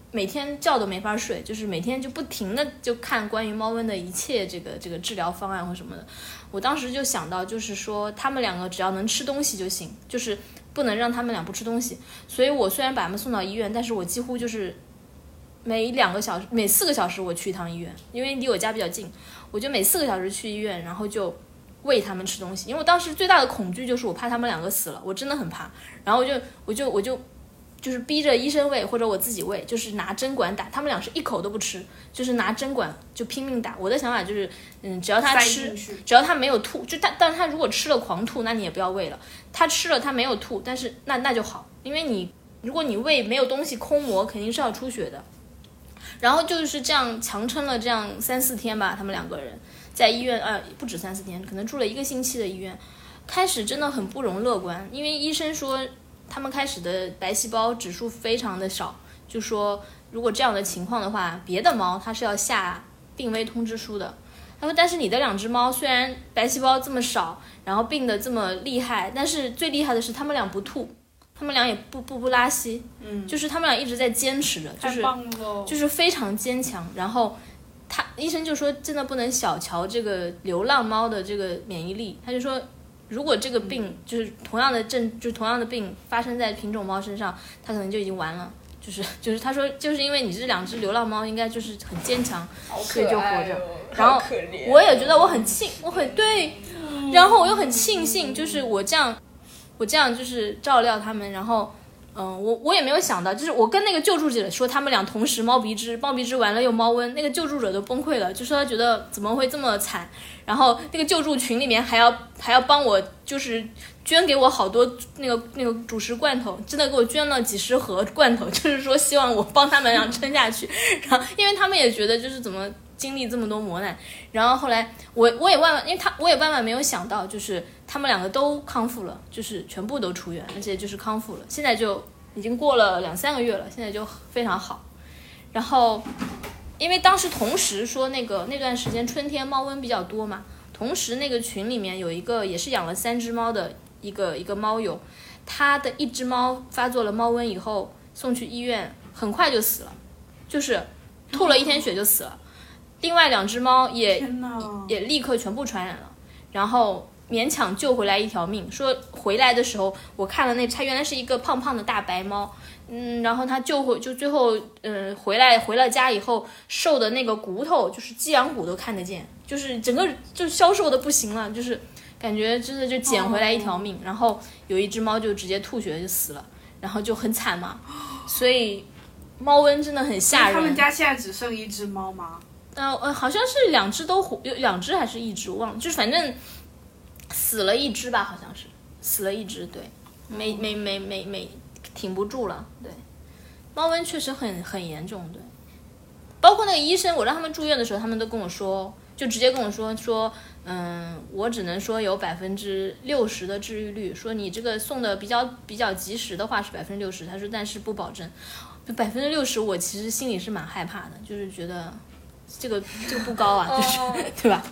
每天觉都没法睡，就是每天就不停的就看关于猫瘟的一切这个这个治疗方案或什么的。我当时就想到，就是说他们两个只要能吃东西就行，就是不能让他们俩不吃东西。所以我虽然把他们送到医院，但是我几乎就是每两个小时每四个小时我去一趟医院，因为离我家比较近，我就每四个小时去医院，然后就喂他们吃东西。因为我当时最大的恐惧就是我怕他们两个死了，我真的很怕。然后我就我就我就就是逼着医生喂，或者我自己喂，就是拿针管打。他们俩是一口都不吃，就是拿针管就拼命打。我的想法就是，嗯，只要他吃，只要他没有吐，就他，但是他如果吃了狂吐，那你也不要喂了。他吃了他没有吐，但是那那就好，因为你如果你喂没有东西空磨，肯定是要出血的。然后就是这样强撑了这样三四天吧，他们两个人在医院，呃，不止三四天，可能住了一个星期的医院。开始真的很不容乐观，因为医生说他们开始的白细胞指数非常的少，就说如果这样的情况的话，别的猫它是要下病危通知书的。他说但是你的两只猫虽然白细胞这么少，然后病得这么厉害，但是最厉害的是他们俩不吐，他们俩也不不不拉稀，嗯，就是他们俩一直在坚持着，就是就是非常坚强。然后他医生就说真的不能小瞧这个流浪猫的这个免疫力，他就说如果这个病就是同样的症，就是同样的病发生在品种猫身上，它可能就已经完了。就是就是他说就是因为你这两只流浪猫应该就是很坚强，所以就活着。然后我也觉得我很庆，我很对，然后我又很庆幸，就是我这样我这样就是照料他们，然后。嗯，我我也没有想到，就是我跟那个救助者说他们俩同时猫鼻支，猫鼻支完了又猫瘟，那个救助者都崩溃了，就说他觉得怎么会这么惨，然后那个救助群里面还要还要帮我，就是捐给我好多那个那个主食罐头，真的给我捐了几十盒罐头，就是说希望我帮他们俩撑下去，然后因为他们也觉得就是怎么经历这么多磨难，然后后来我我也万万，因为他我也万万没有想到，就是他们两个都康复了，就是全部都出院，而且就是康复了，现在就已经过了两三个月了，现在就非常好。然后因为当时同时说那个那段时间春天猫瘟比较多嘛，同时那个群里面有一个也是养了三只猫的一个一个猫友，他的一只猫发作了猫瘟以后送去医院，很快就死了，就是吐了一天血就死了。另外两只猫也也立刻全部传染了，然后勉强救回来一条命。说回来的时候，我看了那它原来是一个胖胖的大白猫，嗯，然后它救回就最后嗯、呃、回来回了家以后，瘦的那个骨头就是鸡羊骨都看得见，就是整个就消瘦的不行了，就是感觉真的就捡回来一条命。然后有一只猫就直接吐血就死了，然后就很惨嘛。所以猫瘟真的很吓人。 他们家现在只剩一只猫吗？ 呃呃，好像是两只都活，有两只还是一只我忘了，就是反正死了一只吧，好像是死了一只，对，没没没没没挺不住了，对，猫瘟确实很很严重，对，包括那个医生，我让他们住院的时候，他们都跟我说，就直接跟我说说，嗯，我只能说有百分之六十的治愈率，说你这个送的比较比较及时的话是百分之六十，他说但是不保证，百分之六十，我其实心里是蛮害怕的，就是觉得。这个这个不高啊，就是、oh. 对吧？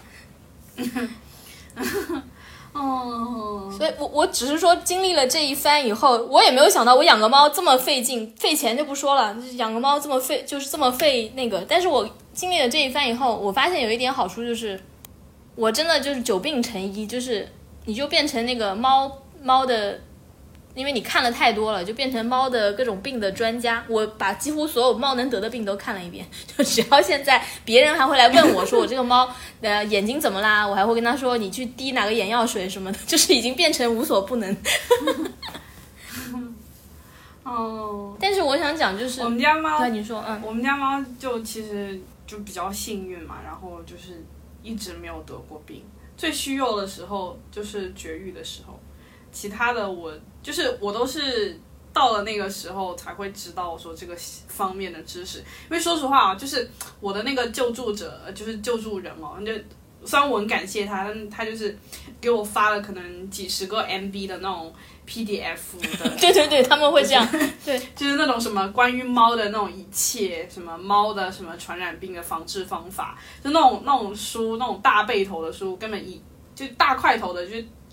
哦， oh. 所以我我只是说经历了这一番以后，我也没有想到我养个猫这么费劲，费钱就不说了，就是养个猫这么费，就是这么费那个。但是我经历了这一番以后，我发现有一点好处就是，我真的就是久病成医，就是你就变成那个猫猫的。因为你看了太多了，就变成猫的各种病的专家。我把几乎所有猫能得的病都看了一遍，就只要现在别人还会来问我说我这个猫的眼睛怎么啦，我还会跟他说你去滴哪个眼药水什么的，就是已经变成无所不能。 哦， 但是我想讲就是我们家猫， 对你说，嗯， 我们家猫就其实就比较幸运嘛，然后就是一直没有得过病，最虚弱的时候就是绝育的时候。其他的我就是我都是到了那个时候才会知道说这个方面的知识，因为说实话啊，就是我的那个救助者就是救助人哦，就虽然我很感谢他，但他就是给我发了可能几十个 M B 的那种 P D F 的， 对对对，他们会这样，对， 就是那种什么关于猫的那种一切，什么猫的什么传染病的防治方法，就那种那种书，那种大背头的书，根本一就大块头的就。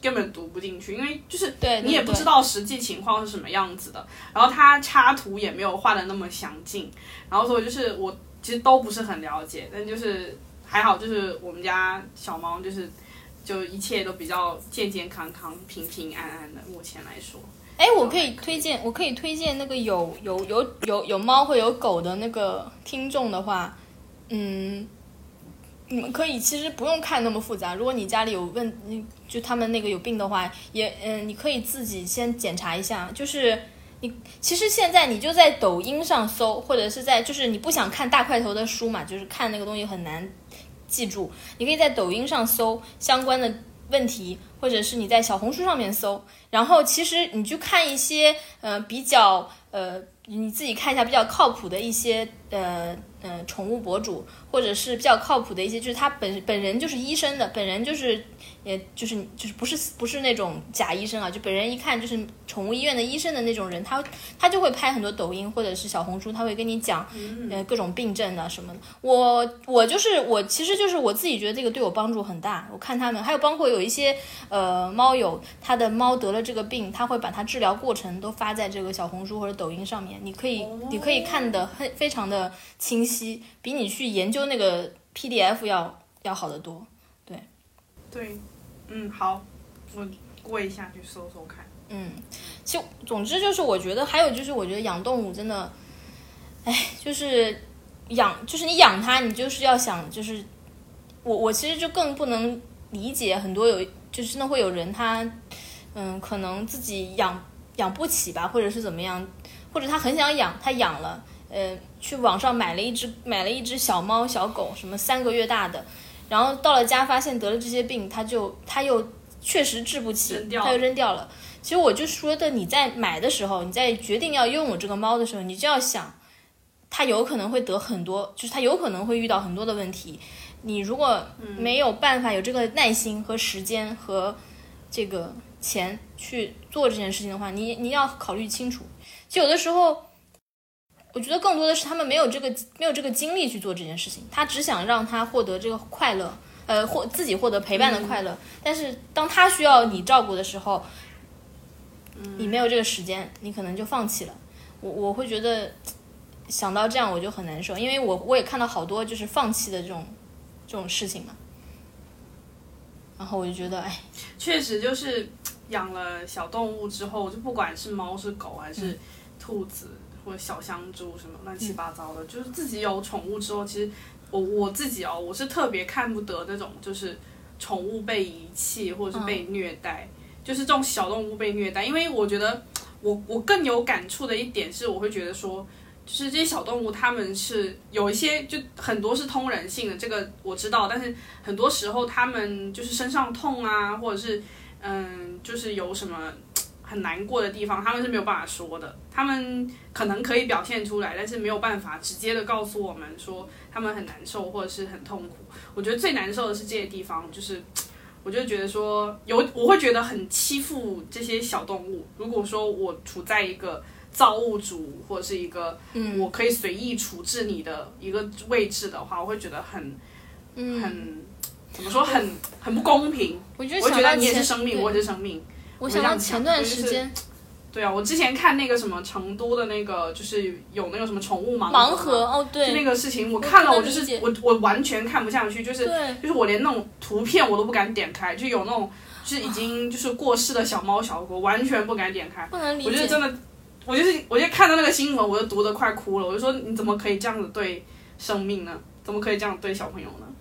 根本读不进去，因为就是对你也不知道实际情况是什么样子的，然后它插图也没有画的那么详尽，然后所以就是我其实都不是很了解，但就是还好，就是我们家小猫就是就一切都比较健健康康、平平安安的，目前来说。 哎，我可以推荐，我可以推荐那个有有有有有猫或有狗的那个听众的话，嗯，你们可以其实不用看那么复杂。如果你家里有问，就他们那个有病的话，也嗯，你可以自己先检查一下。就是你其实现在你就在抖音上搜，或者是在就是你不想看大块头的书嘛，就是看那个东西很难记住，你可以在抖音上搜相关的问题，或者是你在小红书上面搜，然后其实你去看一些呃比较呃你自己看一下比较靠谱的一些呃呃宠物博主，或者是比较靠谱的一些，就是他本本人就是医生的，本人就是也就是就是不是不是那种假医生啊，就本人一看就是宠物医院的医生的那种人，他他就会拍很多抖音或者是小红书，他会跟你讲呃各种病症啊什么的。我我就是我其实就是我自己觉得这个对我帮助很大。我看他们还有包括有一些呃猫友，他的猫得了这个病，他会把它治疗过程都发在这个小红书或者抖音上面，你可以你可以看得很非常的清晰，比你去研究那个 P D F 要要好得多。对对，嗯，好，我过一下去搜搜看。 嗯，其实总之就是我觉得还有就是我觉得养动物真的，哎，就是养就是你养它，你就是要想就是我我其实就更不能理解很多有就是真的会有人他嗯可能自己养养不起吧，或者是怎么样，或者他很想养，他养了呃去网上买了一只买了一只小猫小狗，什么三个月大的，然后到了家发现得了这些病，他就他又确实治不起，他又扔掉了。其实我就说的，你在买的时候，你在决定要拥有这个猫的时候，你就要想，它有可能会得很多，就是它有可能会遇到很多的问题。你如果没有办法有这个耐心和时间和这个钱去做这件事情的话，你你要考虑清楚。就有的时候，我觉得更多的是他们没有这个没有这个精力去做这件事情，他只想让他获得这个快乐，呃，或自己获得陪伴的快乐。嗯、但是当他需要你照顾的时候，你没有这个时间，你可能就放弃了。我我会觉得想到这样我就很难受，因为我我也看到好多就是放弃的这种这种事情嘛。然后我就觉得，哎， 确实就是养了小动物之后，就不管是猫是狗还是兔子、嗯、或者小香猪什么乱七八糟的，嗯、就是自己有宠物之后，其实我我自己哦，我是特别看不得那种就是宠物被遗弃或者是被虐待。嗯，就是这种小动物被虐待，因为我觉得我我更有感触的一点是，我会觉得说，就是这些小动物它们是有一些就很多是通人性的，这个我知道，但是很多时候它们就是身上痛啊，或者是嗯，就是有什么很难过的地方，他们是没有办法说的，他们可能可以表现出来，但是没有办法直接的告诉我们说他们很难受或者是很痛苦。我觉得最难受的是这些地方，就是。我就觉得说有，我会觉得很欺负这些小动物。如果说我处在一个造物主或者是一个我可以随意处置你的一个位置的话，我会觉得很， 嗯、 很怎么说，很很不公平。 我觉得， 我觉得你也是生命，我也是生命。 我想到前段时间。 对啊，我之前看那个什么成都的那个，就是有那个什么宠物盲盲盒哦，对， 就那个事情，我看了，我就是我我完全看不下去，就是就是我连那种图片我都不敢点开，就有那种就是已经就是过世的小猫小狗，完全不敢点开。 不能理解。 我觉得真的，我就是我就看到那个新闻，我就读得快哭了。我就说你怎么可以这样子对生命呢？怎么可以这样对小朋友呢？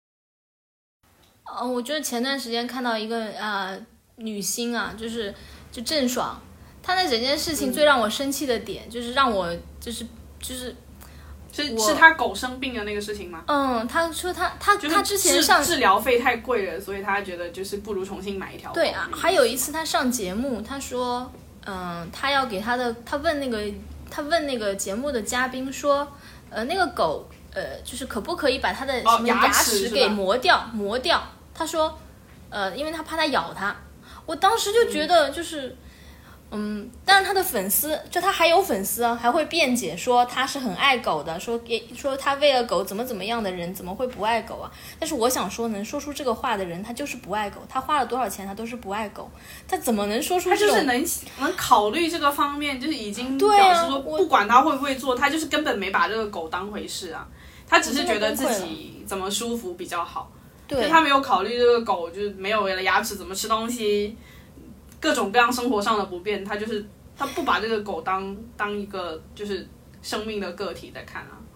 哦，我觉得前段时间看到一个啊、呃、女星啊，就是就郑爽。他那整件事情最让我生气的点，嗯、就是让我就是就是是是他狗生病的那个事情吗？ 嗯，他说他他、 就是、 他之前上治疗费太贵了，所以他觉得就是不如重新买一条狗。 对啊，还有一次他上节目，他说，嗯，他要给他的，他问那个他问那个节目的嘉宾说，呃，那个狗，呃，就是可不可以把他的什么牙齿给磨掉？哦、磨掉？他说，呃，因为他怕它咬他。我当时就觉得就是。嗯嗯，但是他的粉丝，就他还有粉丝啊，还会辩解说他是很爱狗的，说给说他为了狗怎么怎么样的人怎么会不爱狗啊？但是我想说，能说出这个话的人，他就是不爱狗，他花了多少钱，他都是不爱狗，他怎么能说出他这种？ 就是能能考虑这个方面，就是已经对啊表示说，不管他会不会做，他就是根本没把这个狗当回事啊，他只是觉得自己怎么舒服比较好， 对， 就他没有考虑这个狗就是没有为了牙齿怎么吃东西。各种各样生活上的不便，他就是他不把这个狗当当一个就是生命的个体在看啊。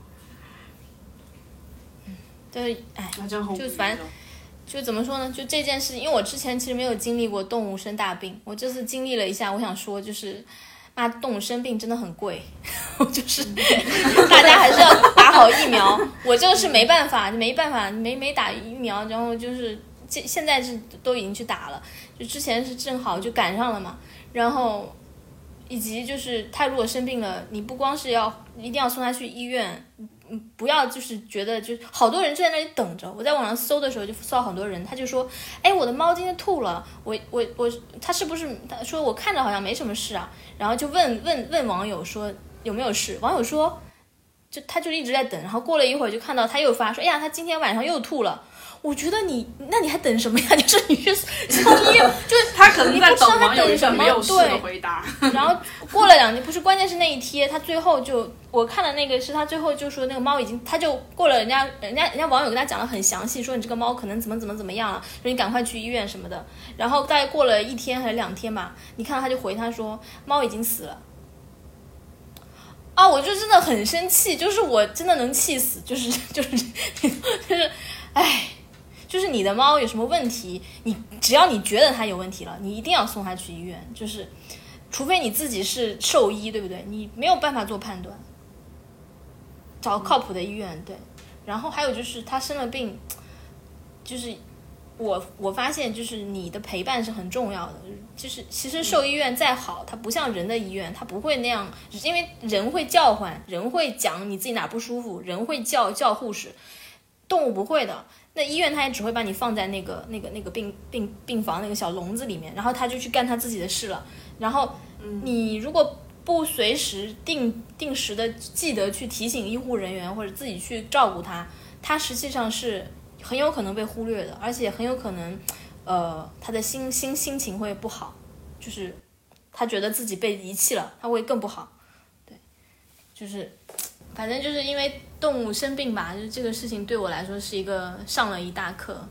对，哎， 真好， 就反正就怎么说呢？就这件事，因为我之前其实没有经历过动物生大病，我这次经历了一下，我想说就是，妈，动物生病真的很贵，就是大家还是要打好疫苗。我这个是没办法，没办法，没没打疫苗，然后就是这现在是都已经去打了。就之前是正好就赶上了嘛，然后以及就是他如果生病了，你不光是要一定要送他去医院，嗯，不要就是觉得就是好多人就在那里等着。我在网上搜的时候就搜到很多人，他就说，哎，我的猫今天吐了，我我我，他是不是他说我看着好像没什么事啊，然后就问问问网友说有没有事，网友说就他就一直在等，然后过了一会儿就看到他又发说，哎呀，他今天晚上又吐了。我觉得你，那你还等什么呀？就是你去送医院，就是他可能在等网友一个没有事的回答。 然后过了两天，不是关键是那一贴，他最后就我看了那个是他最后就说那个猫已经，他就过了人家人家人家网友跟他讲的很详细，说你这个猫可能怎么怎么怎么样了，说你赶快去医院什么的。然后大概过了一天还是两天吧，你看到他就回他说猫已经死了。啊，我就真的很生气，就是我真的能气死，就是就是就是，唉。就是你的猫有什么问题，你只要你觉得它有问题了，你一定要送它去医院。就是，除非你自己是兽医，对不对？你没有办法做判断，找靠谱的医院。对，然后还有就是它生了病，就是我我发现就是你的陪伴是很重要的。就是其实兽医院再好，它不像人的医院，它不会那样，因为人会叫唤，人会讲你自己哪不舒服，人会叫叫护士，动物不会的。那医院他也只会把你放在那个那个那个病病病房那个小笼子里面，然后他就去干他自己的事了。然后你如果不随时定定时的记得去提醒医护人员或者自己去照顾他，他实际上是很有可能被忽略的，而且很有可能呃他的心心心情会不好，就是他觉得自己被遗弃了，他会更不好。对，就是反正就是因为动物生病吧，就是这个事情对我来说是一个上了一大课。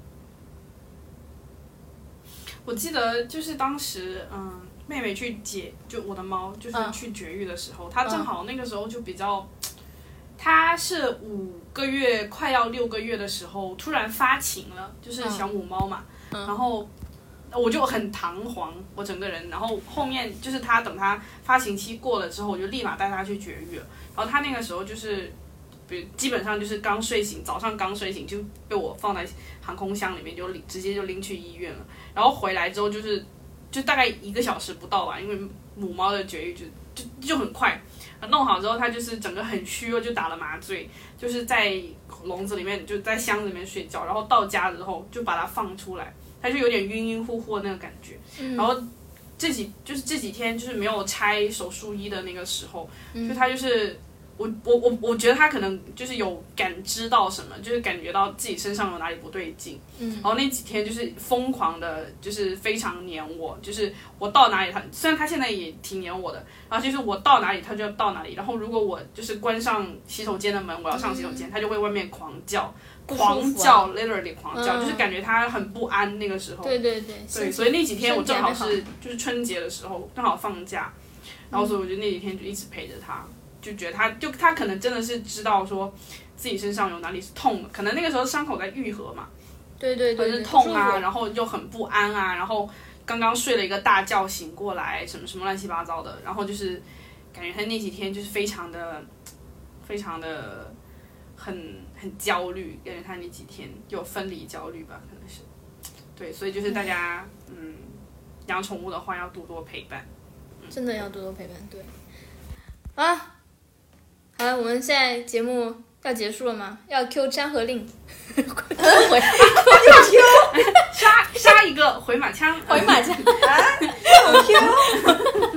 我记得就是当时，嗯，妹妹去解，就我的猫，就是去绝育的时候，她、嗯、正好那个时候就比较，她是五个月快要六个月的时候突然发情了，就是小母猫嘛，嗯、然后我就很彷徨，我整个人，然后后面就是她等她发情期过了之后，我就立马带她去绝育了，然后她那个时候就是。比如基本上就是刚睡醒，早上刚睡醒就被我放在航空箱里面，就直接就拎去医院了。然后回来之后就是就大概一个小时不到吧，因为母猫的绝育就就就很快。弄好之后，它就是整个很虚弱，就打了麻醉，就是在笼子里面就在箱子里面睡觉。然后到家之后就把它放出来，它就有点晕晕乎乎的那个感觉。嗯、然后这几就是这几天就是没有拆手术衣的那个时候，嗯、就它就是。我我我我觉得他可能就是有感知到什么，就是感觉到自己身上有哪里不对劲，嗯，然后那几天就是疯狂的，就是非常黏我，就是我到哪里他，虽然他现在也挺黏我的，然后就是我到哪里他就要到哪里，然后如果我就是关上洗手间的门，我要上洗手间，嗯、他就会外面狂叫，狂叫 ，literally 狂叫，嗯、就是感觉他很不安那个时候， 对对对， 对，所以那几天我正好是就是春节的时候正好放假，然后所以我就那几天就一直陪着他。就觉得他就他可能真的是知道说自己身上有哪里是痛的，可能那个时候伤口在愈合嘛， 对对对， 或者是痛啊，然后又很不安啊，然后刚刚睡了一个大觉醒过来，什么什么乱七八糟的，然后就是感觉他那几天就是非常的非常的很很焦虑，感觉他那几天有分离焦虑吧，可能是，对，所以就是大家嗯养宠物的话要多多陪伴， 嗯、真的要多多陪伴，对，啊。好了，我们现在节目要结束了吗？要 Q 山河令，回回 Q 杀杀一个回马枪， 回马枪啊，要 Q。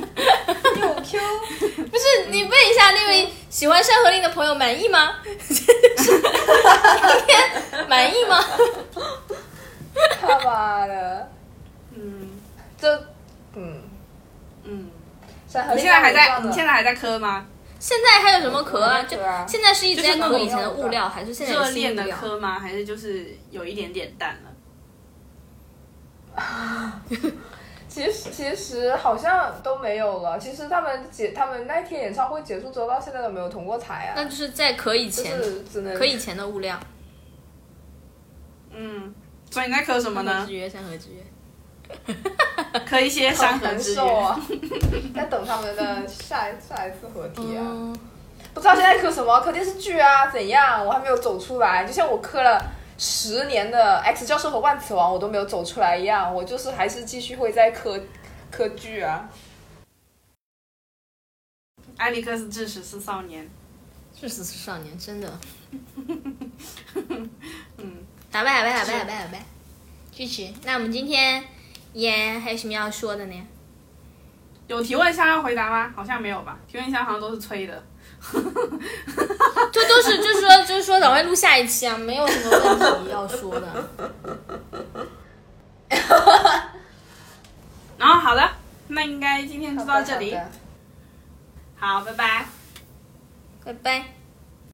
喜欢《山河令》的朋友满意吗？今天满意吗？ 他妈的， 嗯， 这，嗯嗯， 山河令你现在还在， 上的你现在还在磕吗？ 现在还有什么磕啊？就对啊现在是一直在就是那种磕以前的物料，还是现在热的新恋的物料？ 磕吗？还是就是有一点点淡了？ 其实其实好像都没有了。其实他们结他们那天演唱会结束之后，到现在都没有同过台啊。 那就是在磕以就前， 是只能磕以前的物料。 嗯，所以你在磕什么呢山河之？约，山河之约。 磕一些山河难之约。 受啊！在等他们的下一下一次合体啊。 嗯， 不知道现在磕什么，磕电视剧啊，怎样？我还没有走出来，就像我磕了十年的《X 教授和万磁王》，我都没有走出来一样，我就是还是继续会在磕磕剧啊。 埃里克斯致十四少年。 是十四少年，真的。 嗯， 打败，打败，打败，打败，打败！支持。那我们今天也还有什么要说的呢？ 有提问箱要回答吗？好像没有吧，提问箱好像都是催的。 就都是就是说就是说赶快录下一期啊，没有什么问题要说的。 然后好的，那应该今天就到这里。 好的好的好，拜拜。 拜拜。